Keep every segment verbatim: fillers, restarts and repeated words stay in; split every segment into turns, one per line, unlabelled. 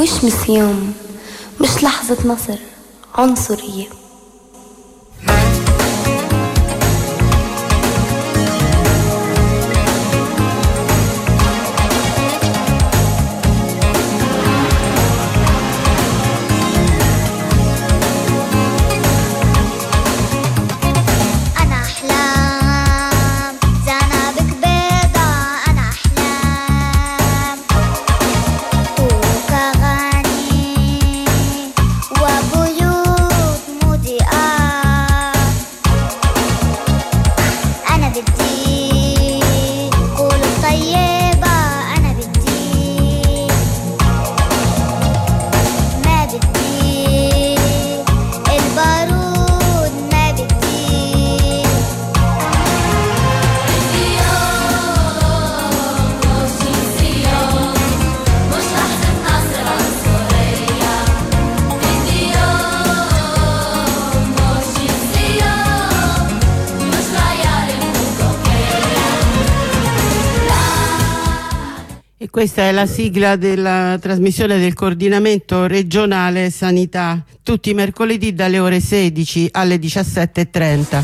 مش مسيام، مش لحظة نصر، عنصرية.
Questa è la sigla della trasmissione del coordinamento regionale sanità, tutti i mercoledì dalle ore sedici alle diciassette e trenta.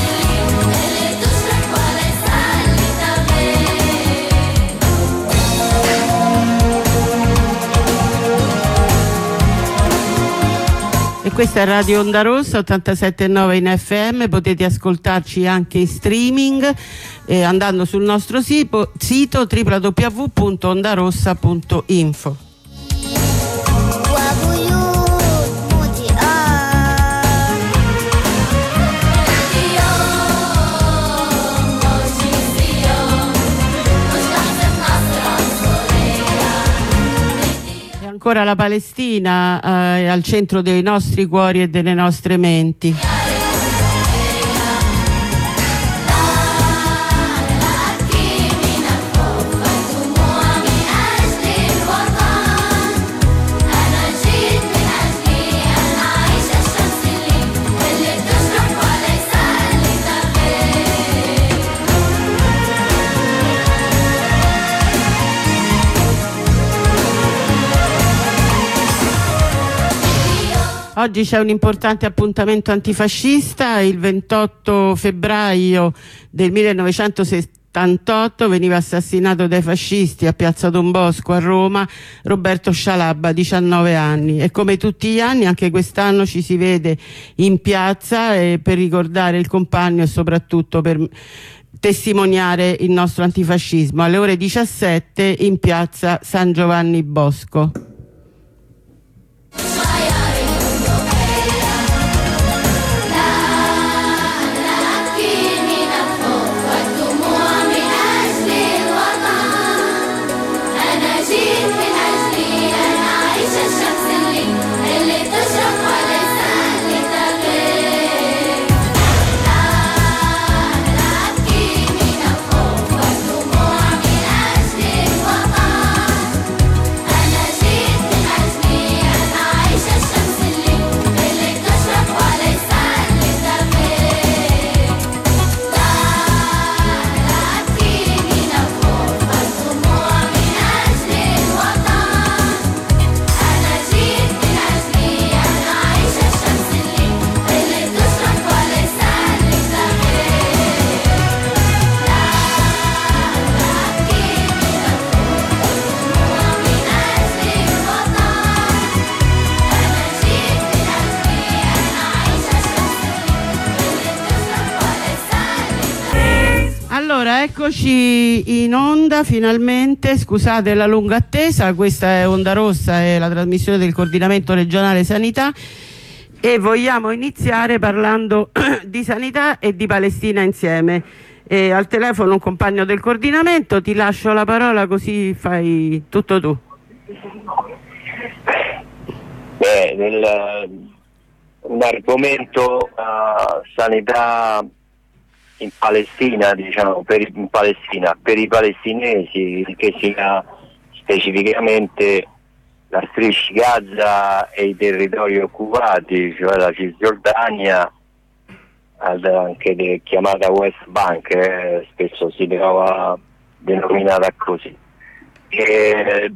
E questa è Radio Onda Rossa ottantasette virgola nove in F M, potete ascoltarci anche in streaming eh, andando sul nostro sito, sito w w w punto ondarossa punto info. Ancora la Palestina eh, al centro dei nostri cuori e delle nostre menti. Oggi c'è un importante appuntamento antifascista. Il ventotto febbraio del millenovecentosettantotto veniva assassinato dai fascisti a Piazza Don Bosco a Roma Roberto Scialabba, diciannove anni, e come tutti gli anni anche quest'anno ci si vede in piazza eh, per ricordare il compagno e soprattutto per testimoniare il nostro antifascismo alle ore diciassette in piazza San Giovanni Bosco. Eccoci in onda finalmente, scusate la lunga attesa, questa è Onda Rossa, è la trasmissione del coordinamento regionale sanità e vogliamo iniziare parlando di sanità e di Palestina insieme. E al telefono un compagno del coordinamento, ti lascio la parola così fai tutto tu.
Beh, nel, un argomento uh, sanità in Palestina, diciamo, per, in Palestina, per i palestinesi, che sia specificamente la striscia Gaza e i territori occupati, cioè la Cisgiordania, anche de, chiamata West Bank, eh, spesso si trova denominata così. E,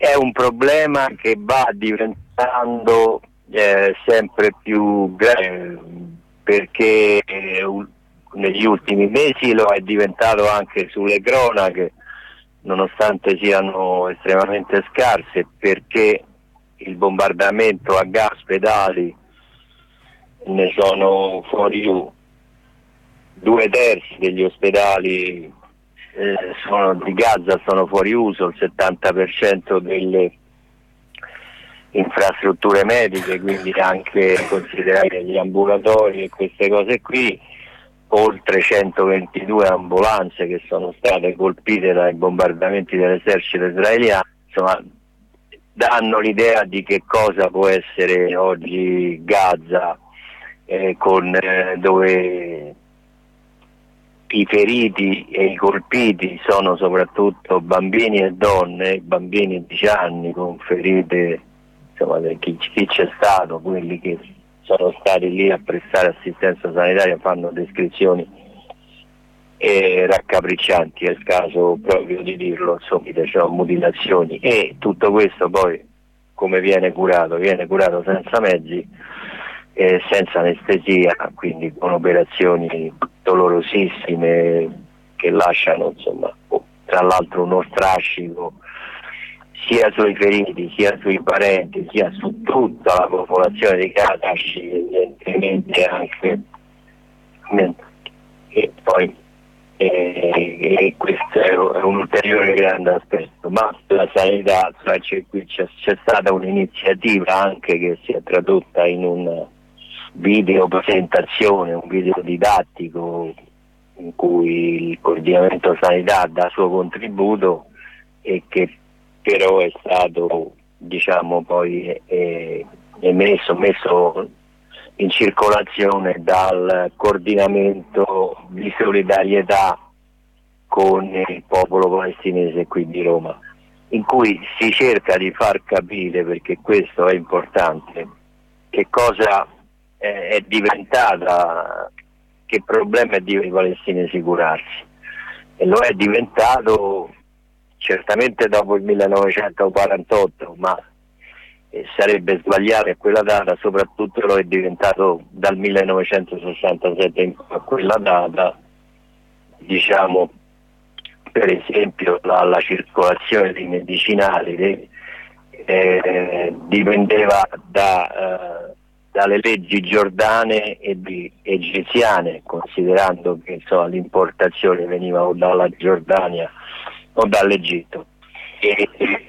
è un problema che va diventando eh, sempre più grave, perché eh, negli ultimi mesi lo è diventato anche sulle cronache, nonostante siano estremamente scarse, perché il bombardamento a gas pedali ne sono fuori due terzi degli ospedali eh, sono, di Gaza sono fuori uso, il settanta per cento delle infrastrutture mediche, quindi anche considerate gli ambulatori e queste cose qui, oltre centoventidue ambulanze che sono state colpite dai bombardamenti dell'esercito israeliano, insomma danno l'idea di che cosa può essere oggi Gaza, eh, con, eh, dove i feriti e i colpiti sono soprattutto bambini e donne, bambini di dieci anni con ferite, insomma chi, chi c'è stato, quelli che sono stati lì a prestare assistenza sanitaria fanno descrizioni eh, raccapriccianti, è il caso proprio di dirlo, insomma, cioè, mutilazioni, e tutto questo poi come viene curato? Viene curato senza mezzi, eh, senza anestesia, quindi con operazioni dolorosissime che lasciano, insomma, tra l'altro uno strascico sia sui feriti, sia sui parenti, sia su tutta la popolazione di Gaza, evidentemente anche, e poi e, e questo è un ulteriore grande aspetto. Ma la sanità, cioè, qui c'è, c'è stata un'iniziativa anche che si è tradotta in un video presentazione, un video didattico in cui il coordinamento sanità dà il suo contributo e che però è stato, diciamo, poi eh, emesso, messo in circolazione dal coordinamento di solidarietà con il popolo palestinese qui di Roma, in cui si cerca di far capire, perché questo è importante, che cosa eh, è diventata, che problema è di i palestinesi curarsi, e lo è diventato certamente dopo il millenovecentoquarantotto, ma eh, sarebbe sbagliato a quella data, soprattutto lo è diventato dal millenovecentosessantasette in a quella data, diciamo, per esempio la, la circolazione dei medicinali dei, eh, dipendeva da, eh, dalle leggi giordane e di, egiziane, considerando che insomma, l'importazione veniva o dalla Giordania o dall'Egitto. E, e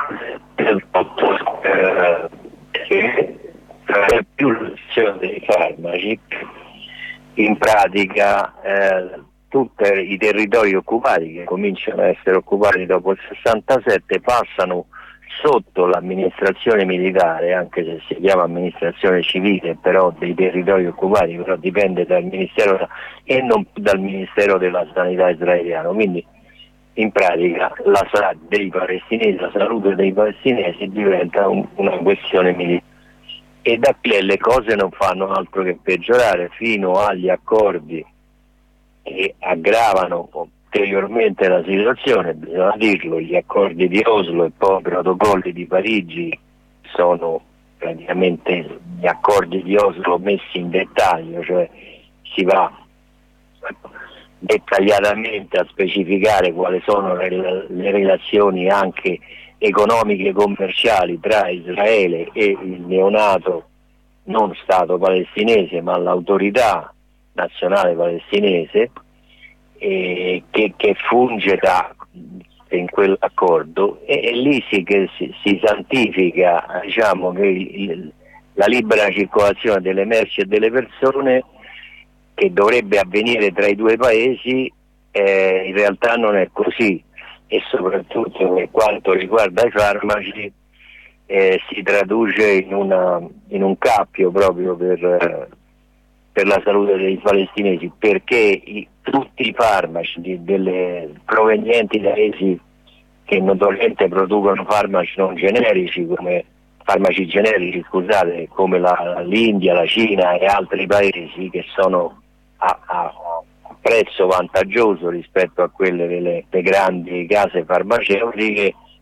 eh, tra più l'azione dei farmaci, in pratica eh, tutti i territori occupati, che cominciano a essere occupati dopo il sessantasette, passano sotto l'amministrazione militare, anche se si chiama amministrazione civile, però dei territori occupati, però dipende dal Ministero e non dal Ministero della Sanità israeliano. Quindi in pratica la salute dei palestinesi, la salute dei palestinesi diventa un, una questione militare, e da qui le cose non fanno altro che peggiorare fino agli accordi che aggravano ulteriormente la situazione. Bisogna dirlo, gli accordi di Oslo e poi i protocolli di Parigi sono praticamente gli accordi di Oslo messi in dettaglio, cioè si va dettagliatamente a specificare quali sono le, le relazioni anche economiche e commerciali tra Israele e il neonato non Stato palestinese ma l'autorità nazionale palestinese, eh, che, che funge da, in quell'accordo, e, e lì sì che si, si santifica, diciamo, che il, la libera circolazione delle merci e delle persone, che dovrebbe avvenire tra i due paesi, eh, in realtà non è così, e soprattutto per quanto riguarda i farmaci eh, si traduce in, una, in un cappio proprio per, eh, per la salute dei palestinesi, perché i, tutti i farmaci di, delle, provenienti da paesi che notoriamente producono farmaci non generici, come farmaci generici, scusate, come la, l'India, la Cina e altri paesi che sono a, a prezzo vantaggioso rispetto a quelle delle, delle grandi case farmaceutiche,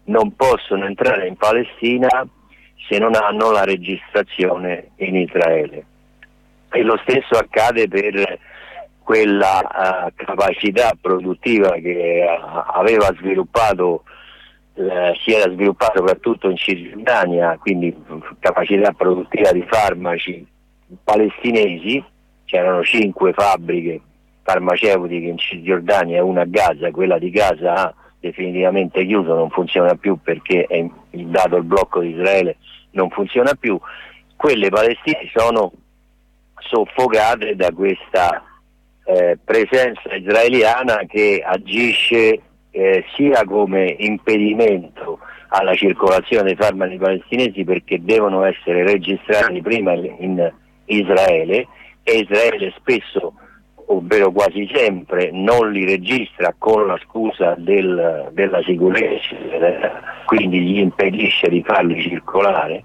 non possono entrare in Palestina se non hanno la registrazione in Israele. E lo stesso accade per quella uh, capacità produttiva che uh, aveva sviluppato, uh, si era sviluppato soprattutto in Cisgiordania, quindi capacità produttiva di farmaci palestinesi. C'erano cinque fabbriche farmaceutiche in Cisgiordania e una a Gaza. Quella di Gaza ha definitivamente chiuso, non funziona più perché è dato il blocco di Israele, non funziona più. Quelle palestinesi sono soffocate da questa eh, presenza israeliana che agisce eh, sia come impedimento alla circolazione dei farmaci palestinesi, perché devono essere registrati prima in Israele, e Israele spesso, ovvero quasi sempre, non li registra con la scusa del, della sicurezza, quindi gli impedisce di farli circolare.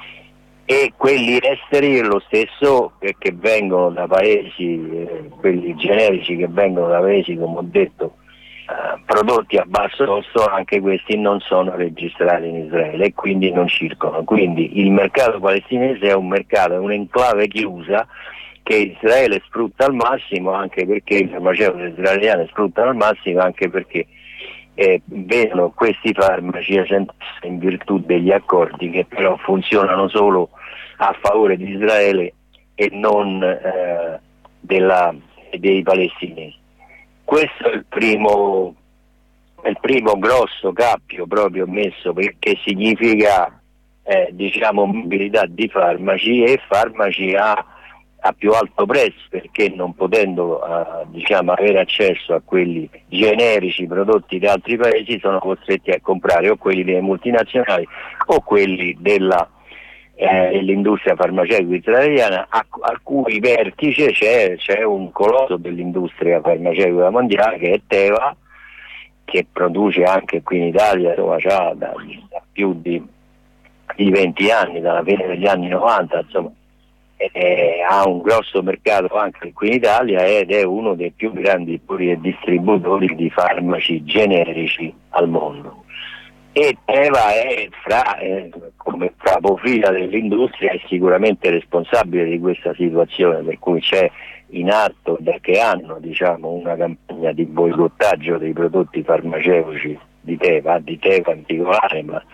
E quelli esteri è lo stesso, che vengono da paesi, eh, quelli generici che vengono da paesi, come ho detto, eh, prodotti a basso costo, anche questi non sono registrati in Israele e quindi non circolano. Quindi il mercato palestinese è un mercato, è un'enclave chiusa che Israele sfrutta al massimo, anche perché i farmaceutici israeliani sfruttano al massimo, anche perché eh, vedono questi farmaci in virtù degli accordi che però funzionano solo a favore di Israele e non eh, della, dei palestinesi. Questo è il primo, è il primo grosso cappio proprio messo, perché significa eh, diciamo mobilità di farmaci, e farmaci a a più alto prezzo, perché non potendo uh, diciamo avere accesso a quelli generici prodotti da altri paesi sono costretti a comprare o quelli delle multinazionali o quelli della, eh, dell'industria farmaceutica israeliana, a, a cui vertice c'è, c'è un colosso dell'industria farmaceutica mondiale che è Teva, che produce anche qui in Italia, insomma, già da, da più di, di venti anni, dalla fine degli anni novanta, insomma. Eh, ha un grosso mercato anche qui in Italia ed è uno dei più grandi distributori di farmaci generici al mondo. E Teva è fra, eh, come capofila dell'industria, è sicuramente responsabile di questa situazione, per cui c'è in atto da che anno diciamo, una campagna di boicottaggio dei prodotti farmaceutici di Teva, di Teva in particolare, ma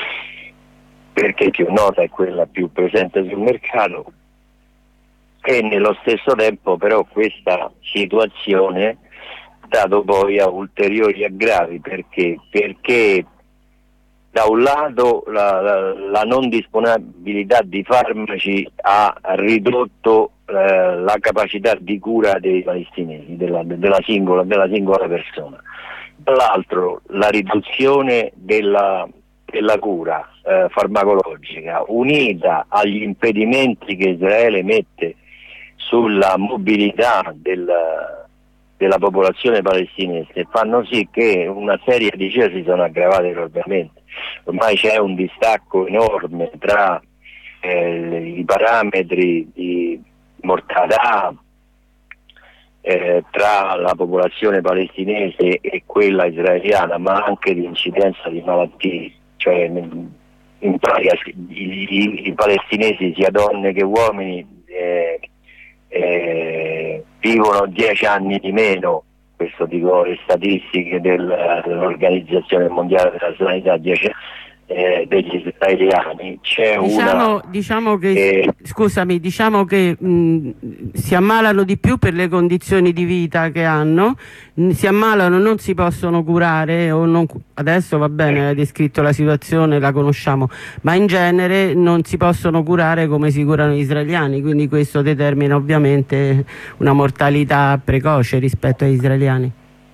perché più nota è quella più presente sul mercato. E nello stesso tempo però questa situazione ha dato poi a ulteriori aggravi, perché, perché da un lato la, la, la non disponibilità di farmaci ha ridotto eh, la capacità di cura dei palestinesi, della, della, singola, della singola persona, dall'altro la riduzione della, della cura eh, farmacologica, unita agli impedimenti che Israele mette sulla mobilità del, della popolazione palestinese, fanno sì che una serie di cose si sono aggravate enormemente. Ormai c'è un distacco enorme tra eh, i parametri di mortalità eh, tra la popolazione palestinese e quella israeliana, ma anche di incidenza di malattie, cioè in pratica i, i, i palestinesi, sia donne che uomini, eh, Eh, vivono dieci anni di meno, questo dico le statistiche del, dell'Organizzazione Mondiale della Sanità, dieci, eh, degli israeliani. C'è
diciamo,
una,
diciamo che
eh,
scusami, diciamo che mh, si ammalano di più per le condizioni di vita che hanno, mh, si ammalano, non si possono curare o non, adesso va bene, hai descritto la situazione, la conosciamo, ma in genere non si possono curare come si curano gli israeliani, quindi questo determina ovviamente una mortalità precoce rispetto agli israeliani.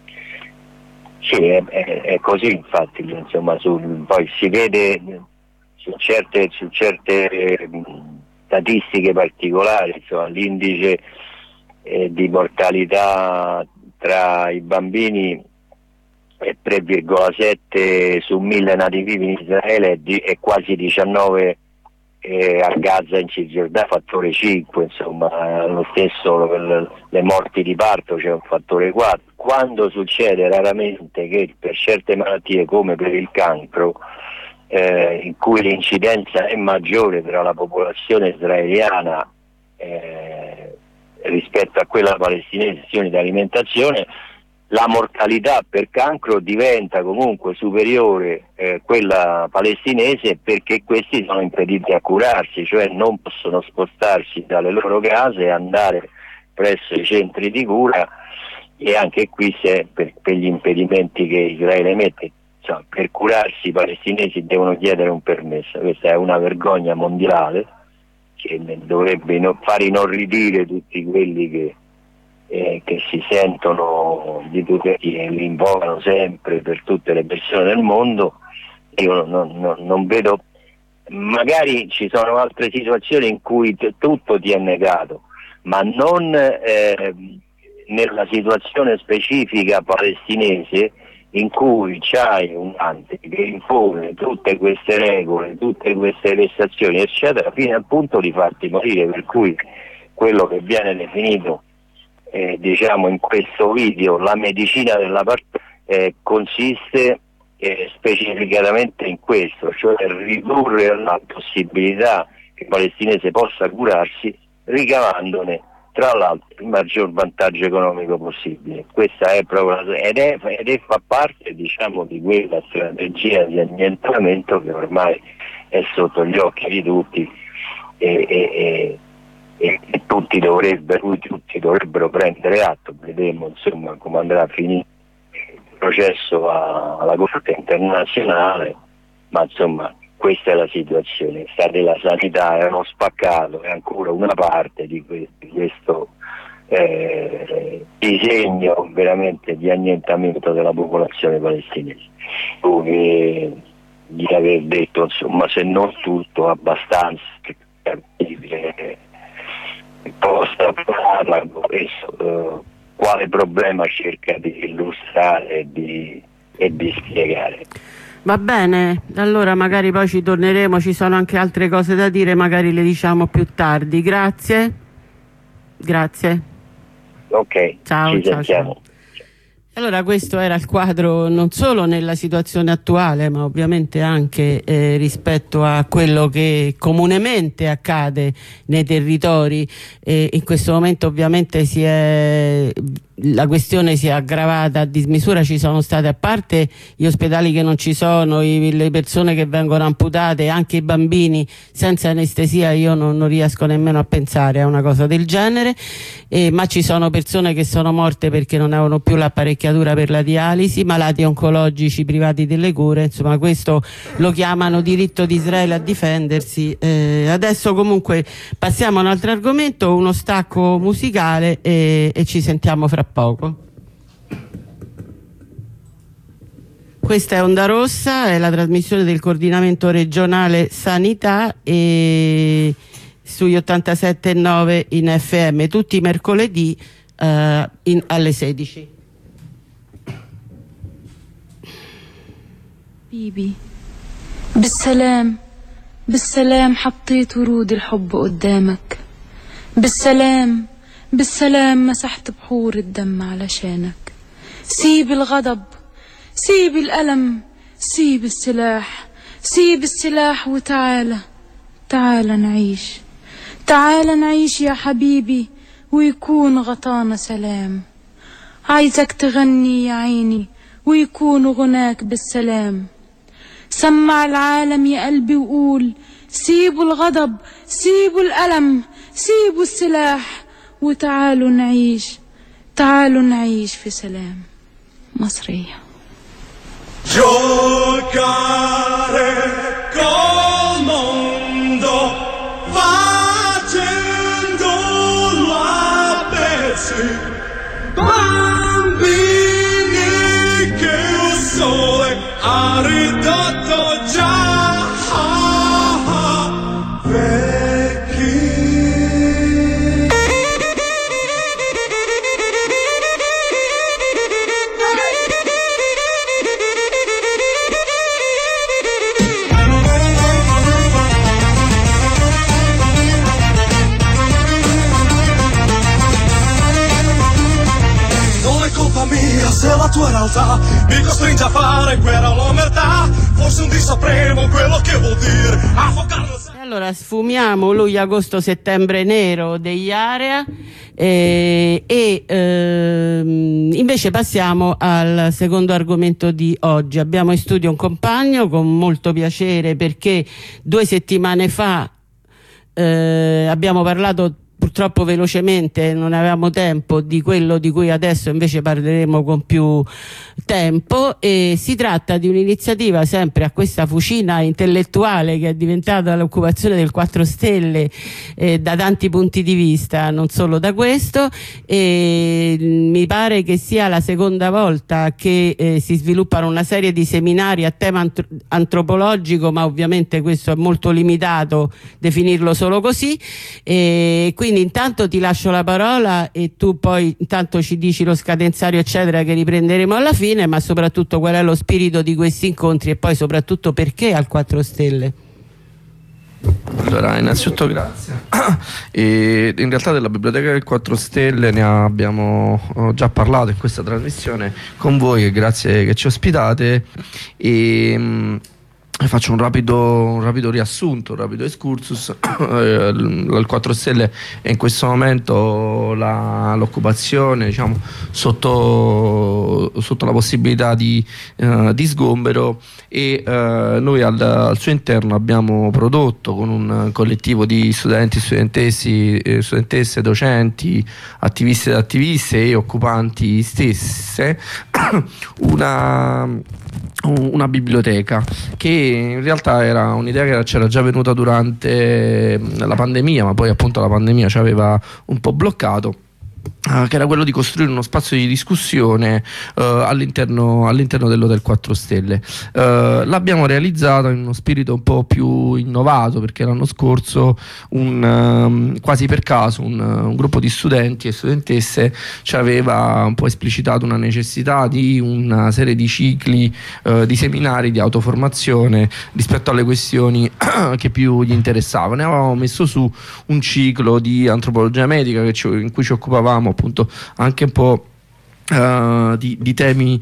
Sì, è, è, è così, infatti, insomma, sul, poi si vede su certe, su certe eh, statistiche particolari, insomma, l'indice eh, di mortalità tra i bambini è tre virgola sette su mille nati vivi in Israele, è, di, è quasi diciannove eh, a Gaza, in Cisgiordania fattore cinque, insomma, lo stesso le morti di parto c'è un fattore quattro, quando succede raramente che per certe malattie come per il cancro, eh, in cui l'incidenza è maggiore tra la popolazione israeliana eh, rispetto a quella palestinese, di alimentazione, la mortalità per cancro diventa comunque superiore a eh, quella palestinese, perché questi sono impediti a curarsi, cioè non possono spostarsi dalle loro case e andare presso i centri di cura, e anche qui se per, per gli impedimenti che Israele mette, insomma, per curarsi i palestinesi devono chiedere un permesso. Questa è una vergogna mondiale che dovrebbe ino- far inorridire tutti quelli che Eh, che si sentono di tutti, che li invocano sempre per tutte le persone del mondo. Io non, non, non vedo, magari ci sono altre situazioni in cui t- tutto ti è negato, ma non eh, nella situazione specifica palestinese, in cui c'hai un ante che impone tutte queste regole, tutte queste vessazioni eccetera, fino al punto di farti morire, per cui quello che viene definito Eh, diciamo in questo video la medicina della parte eh, consiste eh, specificatamente in questo, cioè ridurre la possibilità che il palestinese possa curarsi, ricavandone tra l'altro il maggior vantaggio economico possibile. Questa è proprio la, ed, è, ed è fa parte, diciamo, di quella strategia di annientamento che ormai è sotto gli occhi di tutti e, e, e E, e tutti dovrebbero, tutti dovrebbero prendere atto. Vedremo insomma come andrà a finire il processo a, alla Corte internazionale, ma insomma questa è la situazione. Sta della sanità è uno spaccato, è ancora una parte di questo, di questo eh, disegno veramente di annientamento della popolazione palestinese, dove di aver detto insomma, se non tutto, abbastanza capire possa parlarla, questo, eh, quale problema cerca di illustrare e di, e di spiegare.
Va bene, allora magari poi ci torneremo, ci sono anche altre cose da dire, magari le diciamo più tardi. Grazie. Grazie.
Ok,
ciao,
ci
ciao,
sentiamo.
Ciao. Allora questo era il quadro non solo nella situazione attuale, ma ovviamente anche eh, rispetto a quello che comunemente accade nei territori. E in questo momento ovviamente si è, la questione si è aggravata a dismisura, ci sono state, a parte gli ospedali che non ci sono, i, le persone che vengono amputate, anche i bambini senza anestesia, io non, non riesco nemmeno a pensare a una cosa del genere, eh, ma ci sono persone che sono morte perché non avevano più l'apparecchiatura per la dialisi, malati oncologici privati delle cure, insomma questo lo chiamano diritto di Israele a difendersi. Eh, adesso comunque passiamo a un altro argomento, uno stacco musicale e, e ci sentiamo fra poco. Questa è Onda Rossa, è la trasmissione del coordinamento regionale sanità e sugli ottantasette e nove in F M tutti i mercoledì eh, in, alle sedici.
حبيبي بالسلام بالسلام حطيت ورود الحب قدامك بالسلام بالسلام مسحت بحور الدم علشانك سيب الغضب سيب الألم سيب السلاح سيب السلاح وتعالى تعالى نعيش تعالى نعيش يا حبيبي ويكون غطانا سلام عايزك تغني يا عيني ويكون غناك بالسلام سمع العالم يا قلبي وقول سيبوا الغضب سيبوا الألم سيبوا السلاح وتعالوا نعيش تعالوا نعيش في سلام. مصرية.
Giocare col mondo facendolo a pezzi, bambini che il sole ha ridotto già vecchi. realtà mi costringe a fare guerra all'omertà. Forse un dì sapremo quello che vuol dire affogarlo.
E allora sfumiamo luglio, agosto, settembre nero degli Area eh, e ehm, invece passiamo al secondo argomento di oggi. Abbiamo in studio un compagno con molto piacere, perché due settimane fa eh, abbiamo parlato purtroppo velocemente, non avevamo tempo di quello di cui adesso invece parleremo con più tempo, e si tratta di un'iniziativa sempre a questa fucina intellettuale che è diventata l'occupazione del quattro Stelle eh, da tanti punti di vista, non solo da questo, e mi pare che sia la seconda volta che eh, si sviluppano una serie di seminari a tema antro antropologico, ma ovviamente questo è molto limitato definirlo solo così, e quindi Quindi intanto ti lascio la parola e tu poi intanto ci dici lo scadenzario eccetera che riprenderemo alla fine, ma soprattutto qual è lo spirito di questi incontri e poi soprattutto perché al quattro Stelle.
Allora, innanzitutto grazie. E in realtà della Biblioteca del quattro Stelle ne abbiamo già parlato in questa trasmissione con voi, e grazie che ci ospitate. E faccio un rapido, un rapido riassunto, un rapido excursus. Il quattro Stelle è in questo momento l'occupazione, diciamo, sotto, sotto la possibilità di, uh, di sgombero, e uh, noi al, al suo interno abbiamo prodotto con un collettivo di studenti, studentessi, eh, studentesse, docenti, attivisti ed attiviste e occupanti stesse una una biblioteca che in realtà era un'idea che c'era già venuta durante la pandemia, ma poi appunto la pandemia ci aveva un po' bloccato, Uh, che era quello di costruire uno spazio di discussione uh, all'interno all'interno dell'Hotel quattro Stelle. Uh, l'abbiamo realizzato in uno spirito un po' più innovato, perché l'anno scorso un, um, quasi per caso un, un gruppo di studenti e studentesse ci aveva un po' esplicitato una necessità di una serie di cicli uh, di seminari di autoformazione rispetto alle questioni che più gli interessavano. Ne avevamo messo su un ciclo di antropologia medica che ci, in cui ci occupavamo appunto anche un po' Uh, di, di temi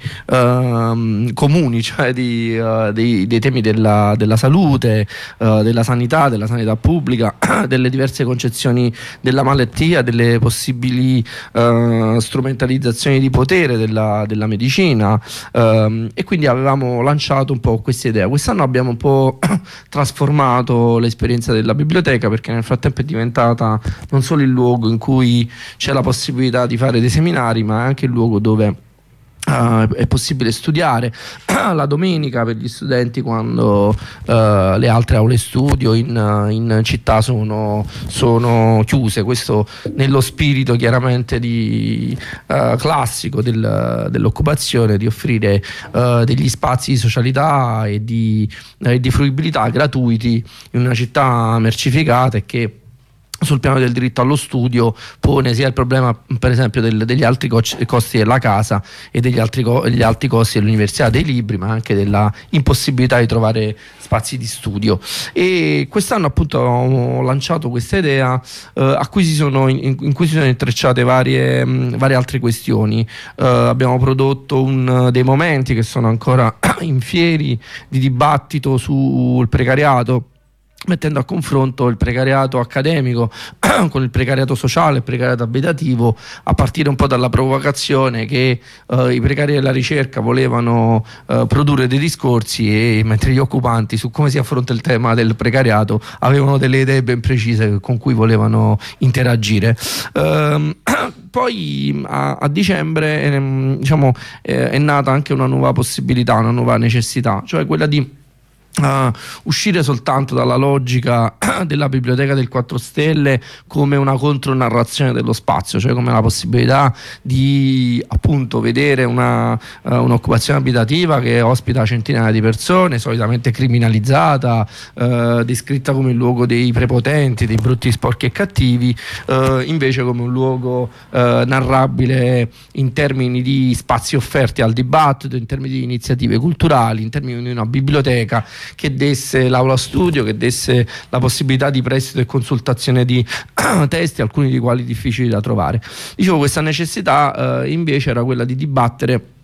uh, comuni, cioè di, uh, dei, dei temi della, della salute, uh, della sanità, della sanità pubblica, delle diverse concezioni della malattia, delle possibili uh, strumentalizzazioni di potere della, della medicina, uh, e quindi avevamo lanciato un po' questa idea. Quest'anno abbiamo un po' trasformato l'esperienza della biblioteca, perché nel frattempo è diventata non solo il luogo in cui c'è la possibilità di fare dei seminari, ma anche il luogo dove Uh, è possibile studiare la domenica per gli studenti, quando uh, le altre aule studio in, uh, in città sono, sono chiuse. Questo nello spirito chiaramente di, uh, classico del, dell'occupazione, di offrire uh, degli spazi di socialità e di, eh, di fruibilità gratuiti in una città mercificata, e che sul piano del diritto allo studio pone sia il problema per esempio del, degli altri co costi della casa e degli altri, co gli alti costi dell'università, dei libri, ma anche della impossibilità di trovare spazi di studio. E quest'anno appunto ho lanciato questa idea eh, a cui si sono in, in cui si sono intrecciate varie, mh, varie altre questioni. Eh, abbiamo prodotto un, dei momenti che sono ancora in fieri di dibattito sul precariato, mettendo a confronto il precariato accademico con il precariato sociale, il precariato abitativo, a partire un po' dalla provocazione che eh, i precari della ricerca volevano eh, produrre dei discorsi, e mentre gli occupanti su come si affronta il tema del precariato avevano delle idee ben precise con cui volevano interagire. Ehm, poi a, a dicembre ehm, diciamo, eh, è nata anche una nuova possibilità, una nuova necessità, cioè quella di Uh, uscire soltanto dalla logica della biblioteca del quattro Stelle come una contronarrazione dello spazio, cioè come la possibilità di appunto vedere una, uh, un'occupazione abitativa che ospita centinaia di persone, solitamente criminalizzata, uh, descritta come il luogo dei prepotenti, dei brutti, sporchi e cattivi, uh, invece come un luogo uh, narrabile in termini di spazi offerti al dibattito, in termini di iniziative culturali, in termini di una biblioteca che desse l'aula studio, che desse la possibilità di prestito e consultazione di testi, alcuni dei quali difficili da trovare. Dicevo, questa necessità eh, invece era quella di dibattere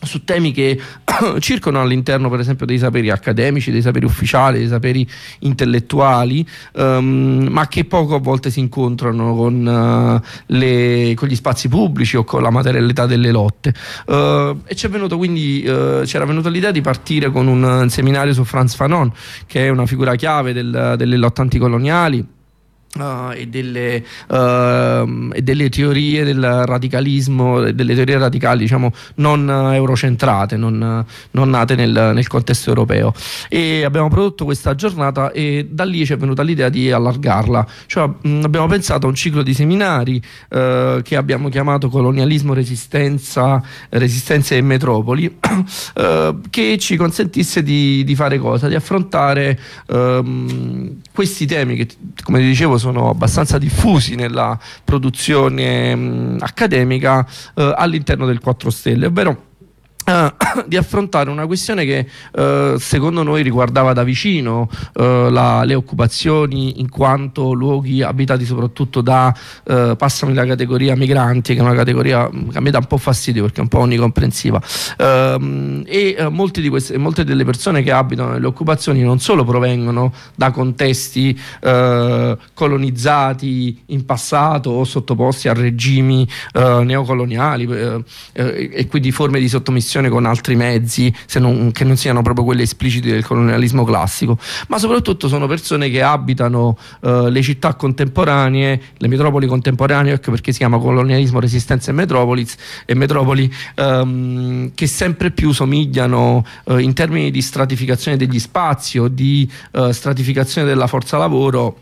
su temi che circolano all'interno, per esempio, dei saperi accademici, dei saperi ufficiali, dei saperi intellettuali, um, ma che poco a volte si incontrano con, uh, le, con gli spazi pubblici o con la materialità delle lotte. Uh, e ci è venuto quindi uh, c'era venuta l'idea di partire con un, un seminario su Frantz Fanon, che è una figura chiave del, delle lotte anticoloniali. Uh, e, delle, uh, e delle teorie del radicalismo, delle teorie radicali, diciamo, non uh, eurocentrate, non, uh, non nate nel, nel contesto europeo. E abbiamo prodotto questa giornata e da lì ci è venuta l'idea di allargarla, cioè mh, abbiamo pensato a un ciclo di seminari uh, che abbiamo chiamato Colonialismo, Resistenza, Resistenze e Metropoli, uh, che ci consentisse di, di fare cosa? Di affrontare uh, questi temi che, come ti dicevo, sono abbastanza diffusi nella produzione mh, accademica eh, all'interno del quattro Stelle, ovvero Uh, di affrontare una questione che uh, secondo noi riguardava da vicino uh, la, le occupazioni in quanto luoghi abitati soprattutto da, uh, passami la categoria migranti, che è una categoria che a me dà un po' fastidio perché è un po' onnicomprensiva, uh, e uh, molti di queste, molte delle persone che abitano nelle occupazioni non solo provengono da contesti uh, colonizzati in passato o sottoposti a regimi uh, neocoloniali uh, uh, e quindi forme di sottomissione con altri mezzi, se non, che non siano proprio quelli espliciti del colonialismo classico, ma soprattutto sono persone che abitano uh, le città contemporanee, le metropoli contemporanee, ecco perché si chiama Colonialismo, Resistenza e Metropolis, e metropoli um, che sempre più somigliano uh, in termini di stratificazione degli spazi o di uh, stratificazione della forza lavoro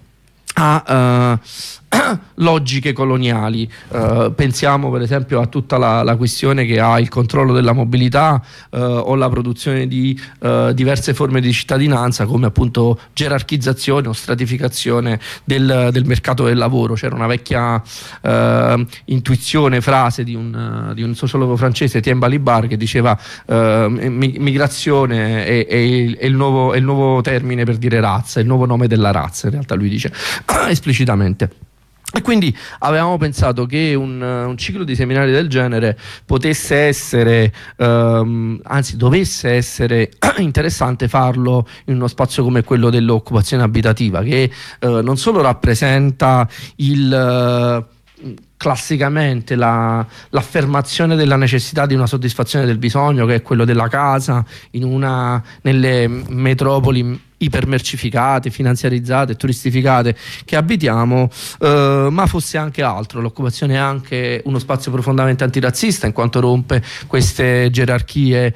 a uh, logiche coloniali. Uh, pensiamo per esempio a tutta la, la questione che ha il controllo della mobilità uh, o la produzione di uh, diverse forme di cittadinanza, come appunto gerarchizzazione o stratificazione del, del mercato del lavoro. C'era una vecchia uh, intuizione, frase di un, uh, di un sociologo francese, Etienne Balibar, che diceva uh, migrazione è, è, il, è, il nuovo, è il nuovo termine per dire razza, è il nuovo nome della razza, in realtà lui dice esplicitamente. E quindi avevamo pensato che un, un ciclo di seminari del genere potesse essere, ehm, anzi dovesse essere interessante farlo in uno spazio come quello dell'occupazione abitativa, che eh, non solo rappresenta il... Eh, classicamente la, l'affermazione della necessità di una soddisfazione del bisogno, che è quello della casa in una, nelle metropoli ipermercificate, finanziarizzate, turistificate che abitiamo, eh, ma fosse anche altro. L'occupazione è anche uno spazio profondamente antirazzista, in quanto rompe queste gerarchie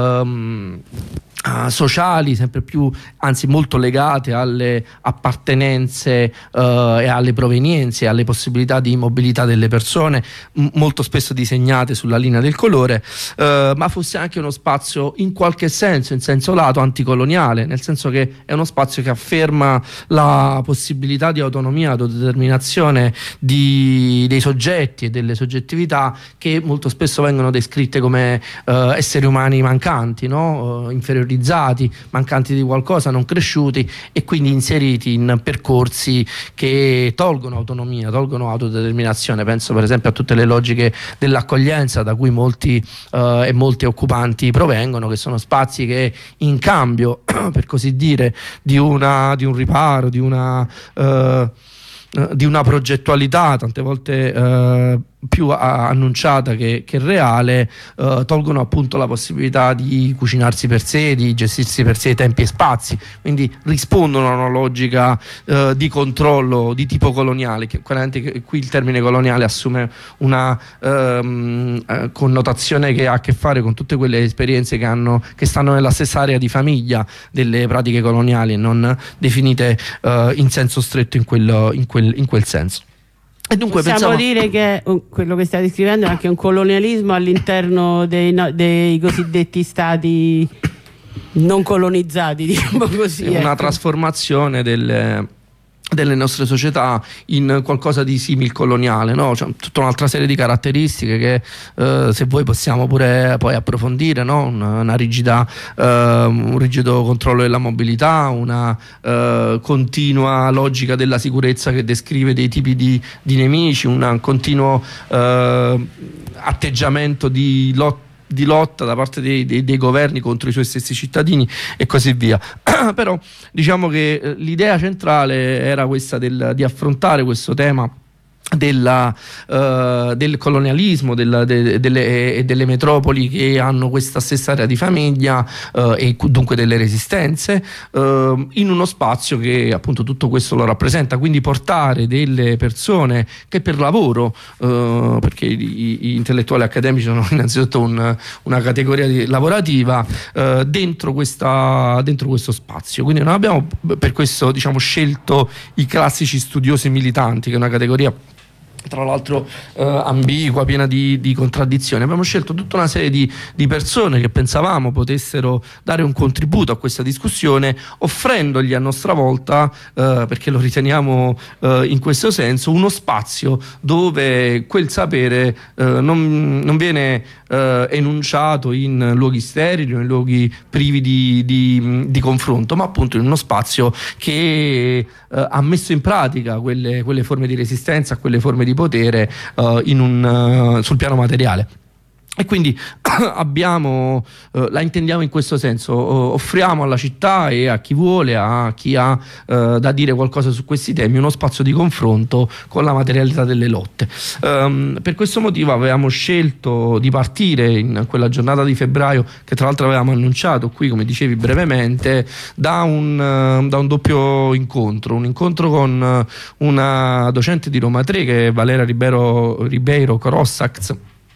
ehm, Uh, sociali sempre più, anzi molto legate alle appartenenze uh, e alle provenienze, alle possibilità di mobilità delle persone, m- molto spesso disegnate sulla linea del colore, uh, ma fosse anche uno spazio in qualche senso, in senso lato, anticoloniale, nel senso che è uno spazio che afferma la possibilità di autonomia, autodeterminazione di, dei soggetti e delle soggettività che molto spesso vengono descritte come uh, esseri umani mancanti, no? uh, inferiori, mancanti di qualcosa, non cresciuti e quindi inseriti in percorsi che tolgono autonomia, tolgono autodeterminazione. Penso per esempio a tutte le logiche dell'accoglienza da cui molti uh, e molti occupanti provengono, che sono spazi che in cambio per così dire di, una, di un riparo, di una uh, di una progettualità tante volte uh, più a- annunciata che, che reale, uh, tolgono appunto la possibilità di cucinarsi per sé, di gestirsi per sé tempi e spazi, quindi rispondono a una logica uh, di controllo di tipo coloniale, che, che qui il termine coloniale assume una um, uh, connotazione che ha a che fare con tutte quelle esperienze che, hanno, che stanno nella stessa area di famiglia delle pratiche coloniali e non definite uh, in senso stretto in, quello, in, quel, in quel senso. E dunque
possiamo
pensavo...
dire che uh, quello che stai descrivendo è anche un colonialismo all'interno dei, no, dei cosiddetti stati non colonizzati, diciamo così.
Una
ecco.
trasformazione delle... delle nostre società in qualcosa di simil coloniale, no? C'è tutta un'altra serie di caratteristiche che eh, se voi possiamo pure poi approfondire, no? una, una rigida eh, un rigido controllo della mobilità, una eh, continua logica della sicurezza che descrive dei tipi di, di nemici, un continuo eh, atteggiamento di lotta di lotta da parte dei, dei, dei governi contro i suoi stessi cittadini e così via. Però diciamo che eh, l'idea centrale era questa del, di affrontare questo tema Della, uh, del colonialismo della, de, delle, e delle metropoli che hanno questa stessa area di famiglia uh, e dunque delle resistenze uh, in uno spazio che appunto tutto questo lo rappresenta, quindi portare delle persone che per lavoro uh, perché gli, gli intellettuali accademici sono innanzitutto un, una categoria di, lavorativa uh, dentro, questa, dentro questo spazio, quindi non abbiamo per questo diciamo scelto i classici studiosi militanti, che è una categoria tra l'altro eh, ambigua, piena di, di contraddizioni. Abbiamo scelto tutta una serie di, di persone che pensavamo potessero dare un contributo a questa discussione, offrendogli a nostra volta, eh, perché lo riteniamo eh, in questo senso, uno spazio dove quel sapere eh, non, non viene eh, enunciato in luoghi sterili o in luoghi privi di, di, di confronto, ma appunto in uno spazio che eh, ha messo in pratica quelle, quelle forme di resistenza, quelle forme di potere uh, in un, uh, sul piano materiale. E quindi abbiamo, eh, la intendiamo in questo senso, o, offriamo alla città e a chi vuole, a chi ha eh, da dire qualcosa su questi temi, uno spazio di confronto con la materialità delle lotte. Um, per questo motivo avevamo scelto di partire in quella giornata di febbraio, che tra l'altro avevamo annunciato qui, come dicevi brevemente, da un, uh, da un doppio incontro, un incontro con una docente di Roma tre, che è Valera Ribeiro, Ribeiro Crossax,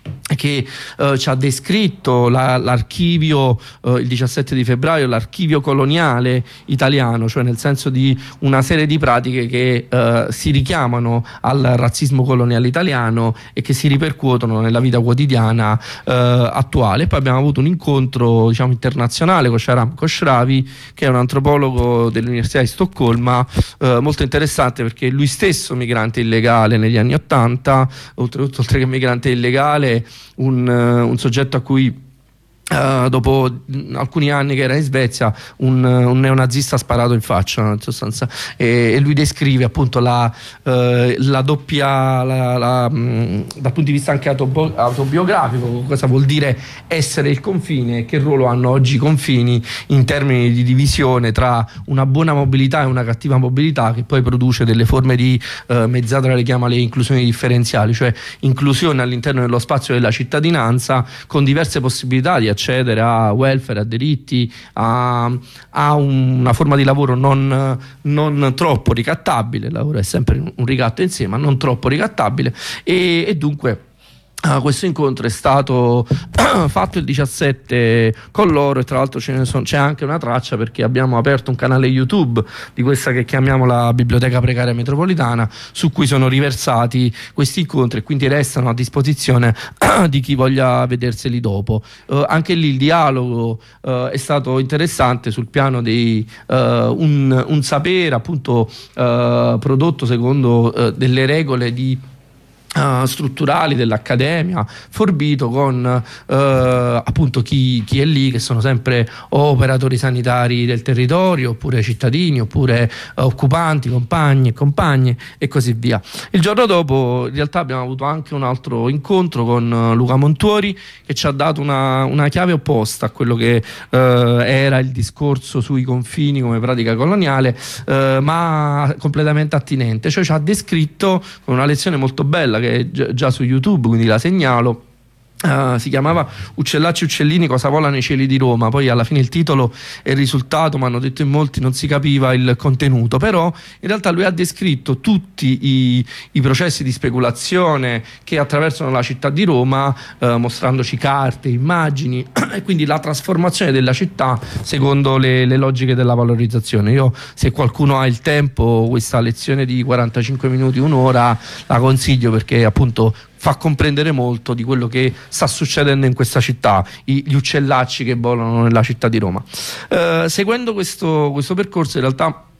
che eh, ci ha descritto la, l'archivio eh, il diciassette di febbraio, l'archivio coloniale italiano, cioè nel senso di una serie di pratiche che eh, si richiamano al razzismo coloniale italiano e che si ripercuotono nella vita quotidiana eh, attuale. Poi abbiamo avuto un incontro diciamo internazionale con Sharam Khoshravi, che è un antropologo dell'Università di Stoccolma, eh, molto interessante perché lui stesso migrante illegale negli anni ottanta, oltretutto oltre che migrante illegale Un, un soggetto a cui Uh, dopo alcuni anni che era in Svezia un, un neonazista ha sparato in faccia in sostanza, e, e lui descrive appunto la, uh, la doppia la, la, mh, dal punto di vista anche autobo- autobiografico, cosa vuol dire essere il confine e che ruolo hanno oggi i confini in termini di divisione tra una buona mobilità e una cattiva mobilità, che poi produce delle forme di uh, Mezzadra le chiama le inclusioni differenziali, cioè inclusione all'interno dello spazio della cittadinanza con diverse possibilità di accedere a welfare, a diritti, a, a un, una forma di lavoro non, non troppo ricattabile. Il lavoro è sempre un ricatto in sé, ma non troppo ricattabile, e, e dunque Uh, questo incontro è stato fatto il diciassette con loro, e tra l'altro ce ne sono, c'è anche una traccia, perché abbiamo aperto un canale YouTube di questa che chiamiamo la Biblioteca Precaria Metropolitana, su cui sono riversati questi incontri e quindi restano a disposizione di chi voglia vederseli dopo. Uh, anche lì il dialogo uh, è stato interessante sul piano di uh, un, un sapere appunto uh, prodotto secondo uh, delle regole di Uh, strutturali dell'accademia, forbito con uh, appunto chi, chi è lì, che sono sempre o operatori sanitari del territorio, oppure cittadini, oppure uh, occupanti, compagni e compagne e così via. Il giorno dopo in realtà abbiamo avuto anche un altro incontro con uh, Luca Montuori, che ci ha dato una, una chiave opposta a quello che uh, era il discorso sui confini come pratica coloniale, uh, ma completamente attinente, cioè ci ha descritto con una lezione molto bella che è già su YouTube, quindi la segnalo. Uh, si chiamava Uccellacci uccellini cosa volano i cieli di Roma. Poi alla fine il titolo e il risultato, mi hanno detto in molti, non si capiva il contenuto, però in realtà lui ha descritto tutti i, i processi di speculazione che attraversano la città di Roma, uh, mostrandoci carte, immagini e quindi la trasformazione della città secondo le, le logiche della valorizzazione. Io, se qualcuno ha il tempo, questa lezione di quarantacinque minuti, un'ora, la consiglio, perché appunto fa comprendere molto di quello che sta succedendo in questa città, gli uccellacci che volano nella città di Roma. Eh, seguendo questo, questo percorso, in realtà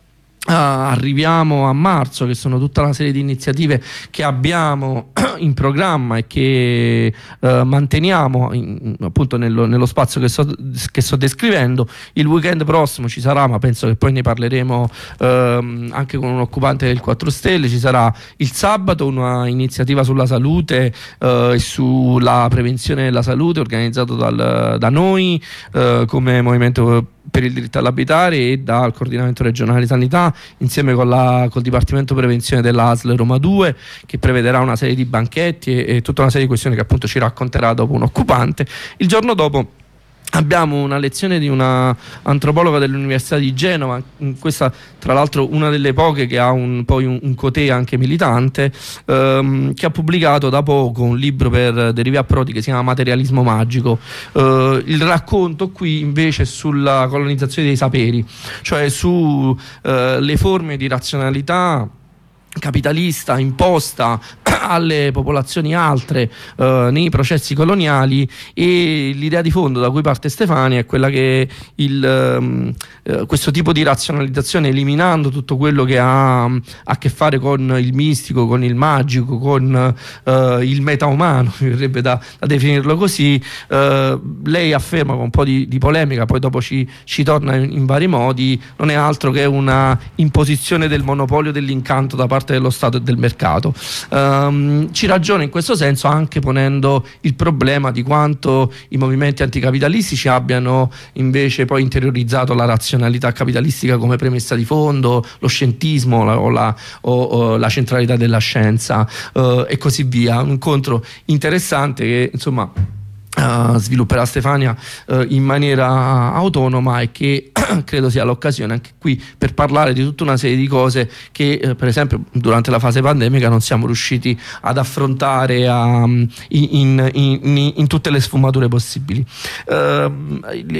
Uh, arriviamo a marzo, che sono tutta una serie di iniziative che abbiamo in programma e che uh, manteniamo in, appunto nello, nello spazio che sto, che sto descrivendo. Il weekend prossimo ci sarà, ma penso che poi ne parleremo uh, anche con un occupante del quattro Stelle. Ci sarà il sabato una iniziativa sulla salute uh, e sulla prevenzione della salute organizzato dal, da noi uh, come Movimento per il diritto all'abitare e dal coordinamento regionale di sanità, insieme con la, col Dipartimento Prevenzione dell'A S L Roma due, che prevederà una serie di banchetti e, e tutta una serie di questioni che appunto ci racconterà dopo un occupante. Il giorno dopo abbiamo una lezione di una antropologa dell'Università di Genova, questa tra l'altro una delle poche che ha un, poi un, un cotè anche militante, ehm, che ha pubblicato da poco un libro per Derivi a Prodi che si chiama Materialismo Magico. Eh, il racconto qui invece è sulla colonizzazione dei saperi, cioè su eh, le forme di razionalità capitalista imposta alle popolazioni altre eh, nei processi coloniali, e l'idea di fondo da cui parte Stefania è quella che il, eh, questo tipo di razionalizzazione, eliminando tutto quello che ha a che fare con il mistico, con il magico, con eh, il metaumano, mi verrebbe da, da definirlo così, eh, lei afferma con un po' di, di polemica, poi dopo ci, ci torna in, in vari modi, non è altro che una imposizione del monopolio dell'incanto da parte dello Stato e del mercato. Um, ci ragiona in questo senso anche ponendo il problema di quanto i movimenti anticapitalistici abbiano invece poi interiorizzato la razionalità capitalistica come premessa di fondo, lo scientismo la, o, la, o, o la centralità della scienza uh, e così via. Un incontro interessante che insomma Uh, svilupperà Stefania uh, in maniera autonoma e che credo sia l'occasione anche qui per parlare di tutta una serie di cose che uh, per esempio durante la fase pandemica non siamo riusciti ad affrontare uh, in, in, in, in tutte le sfumature possibili. Uh,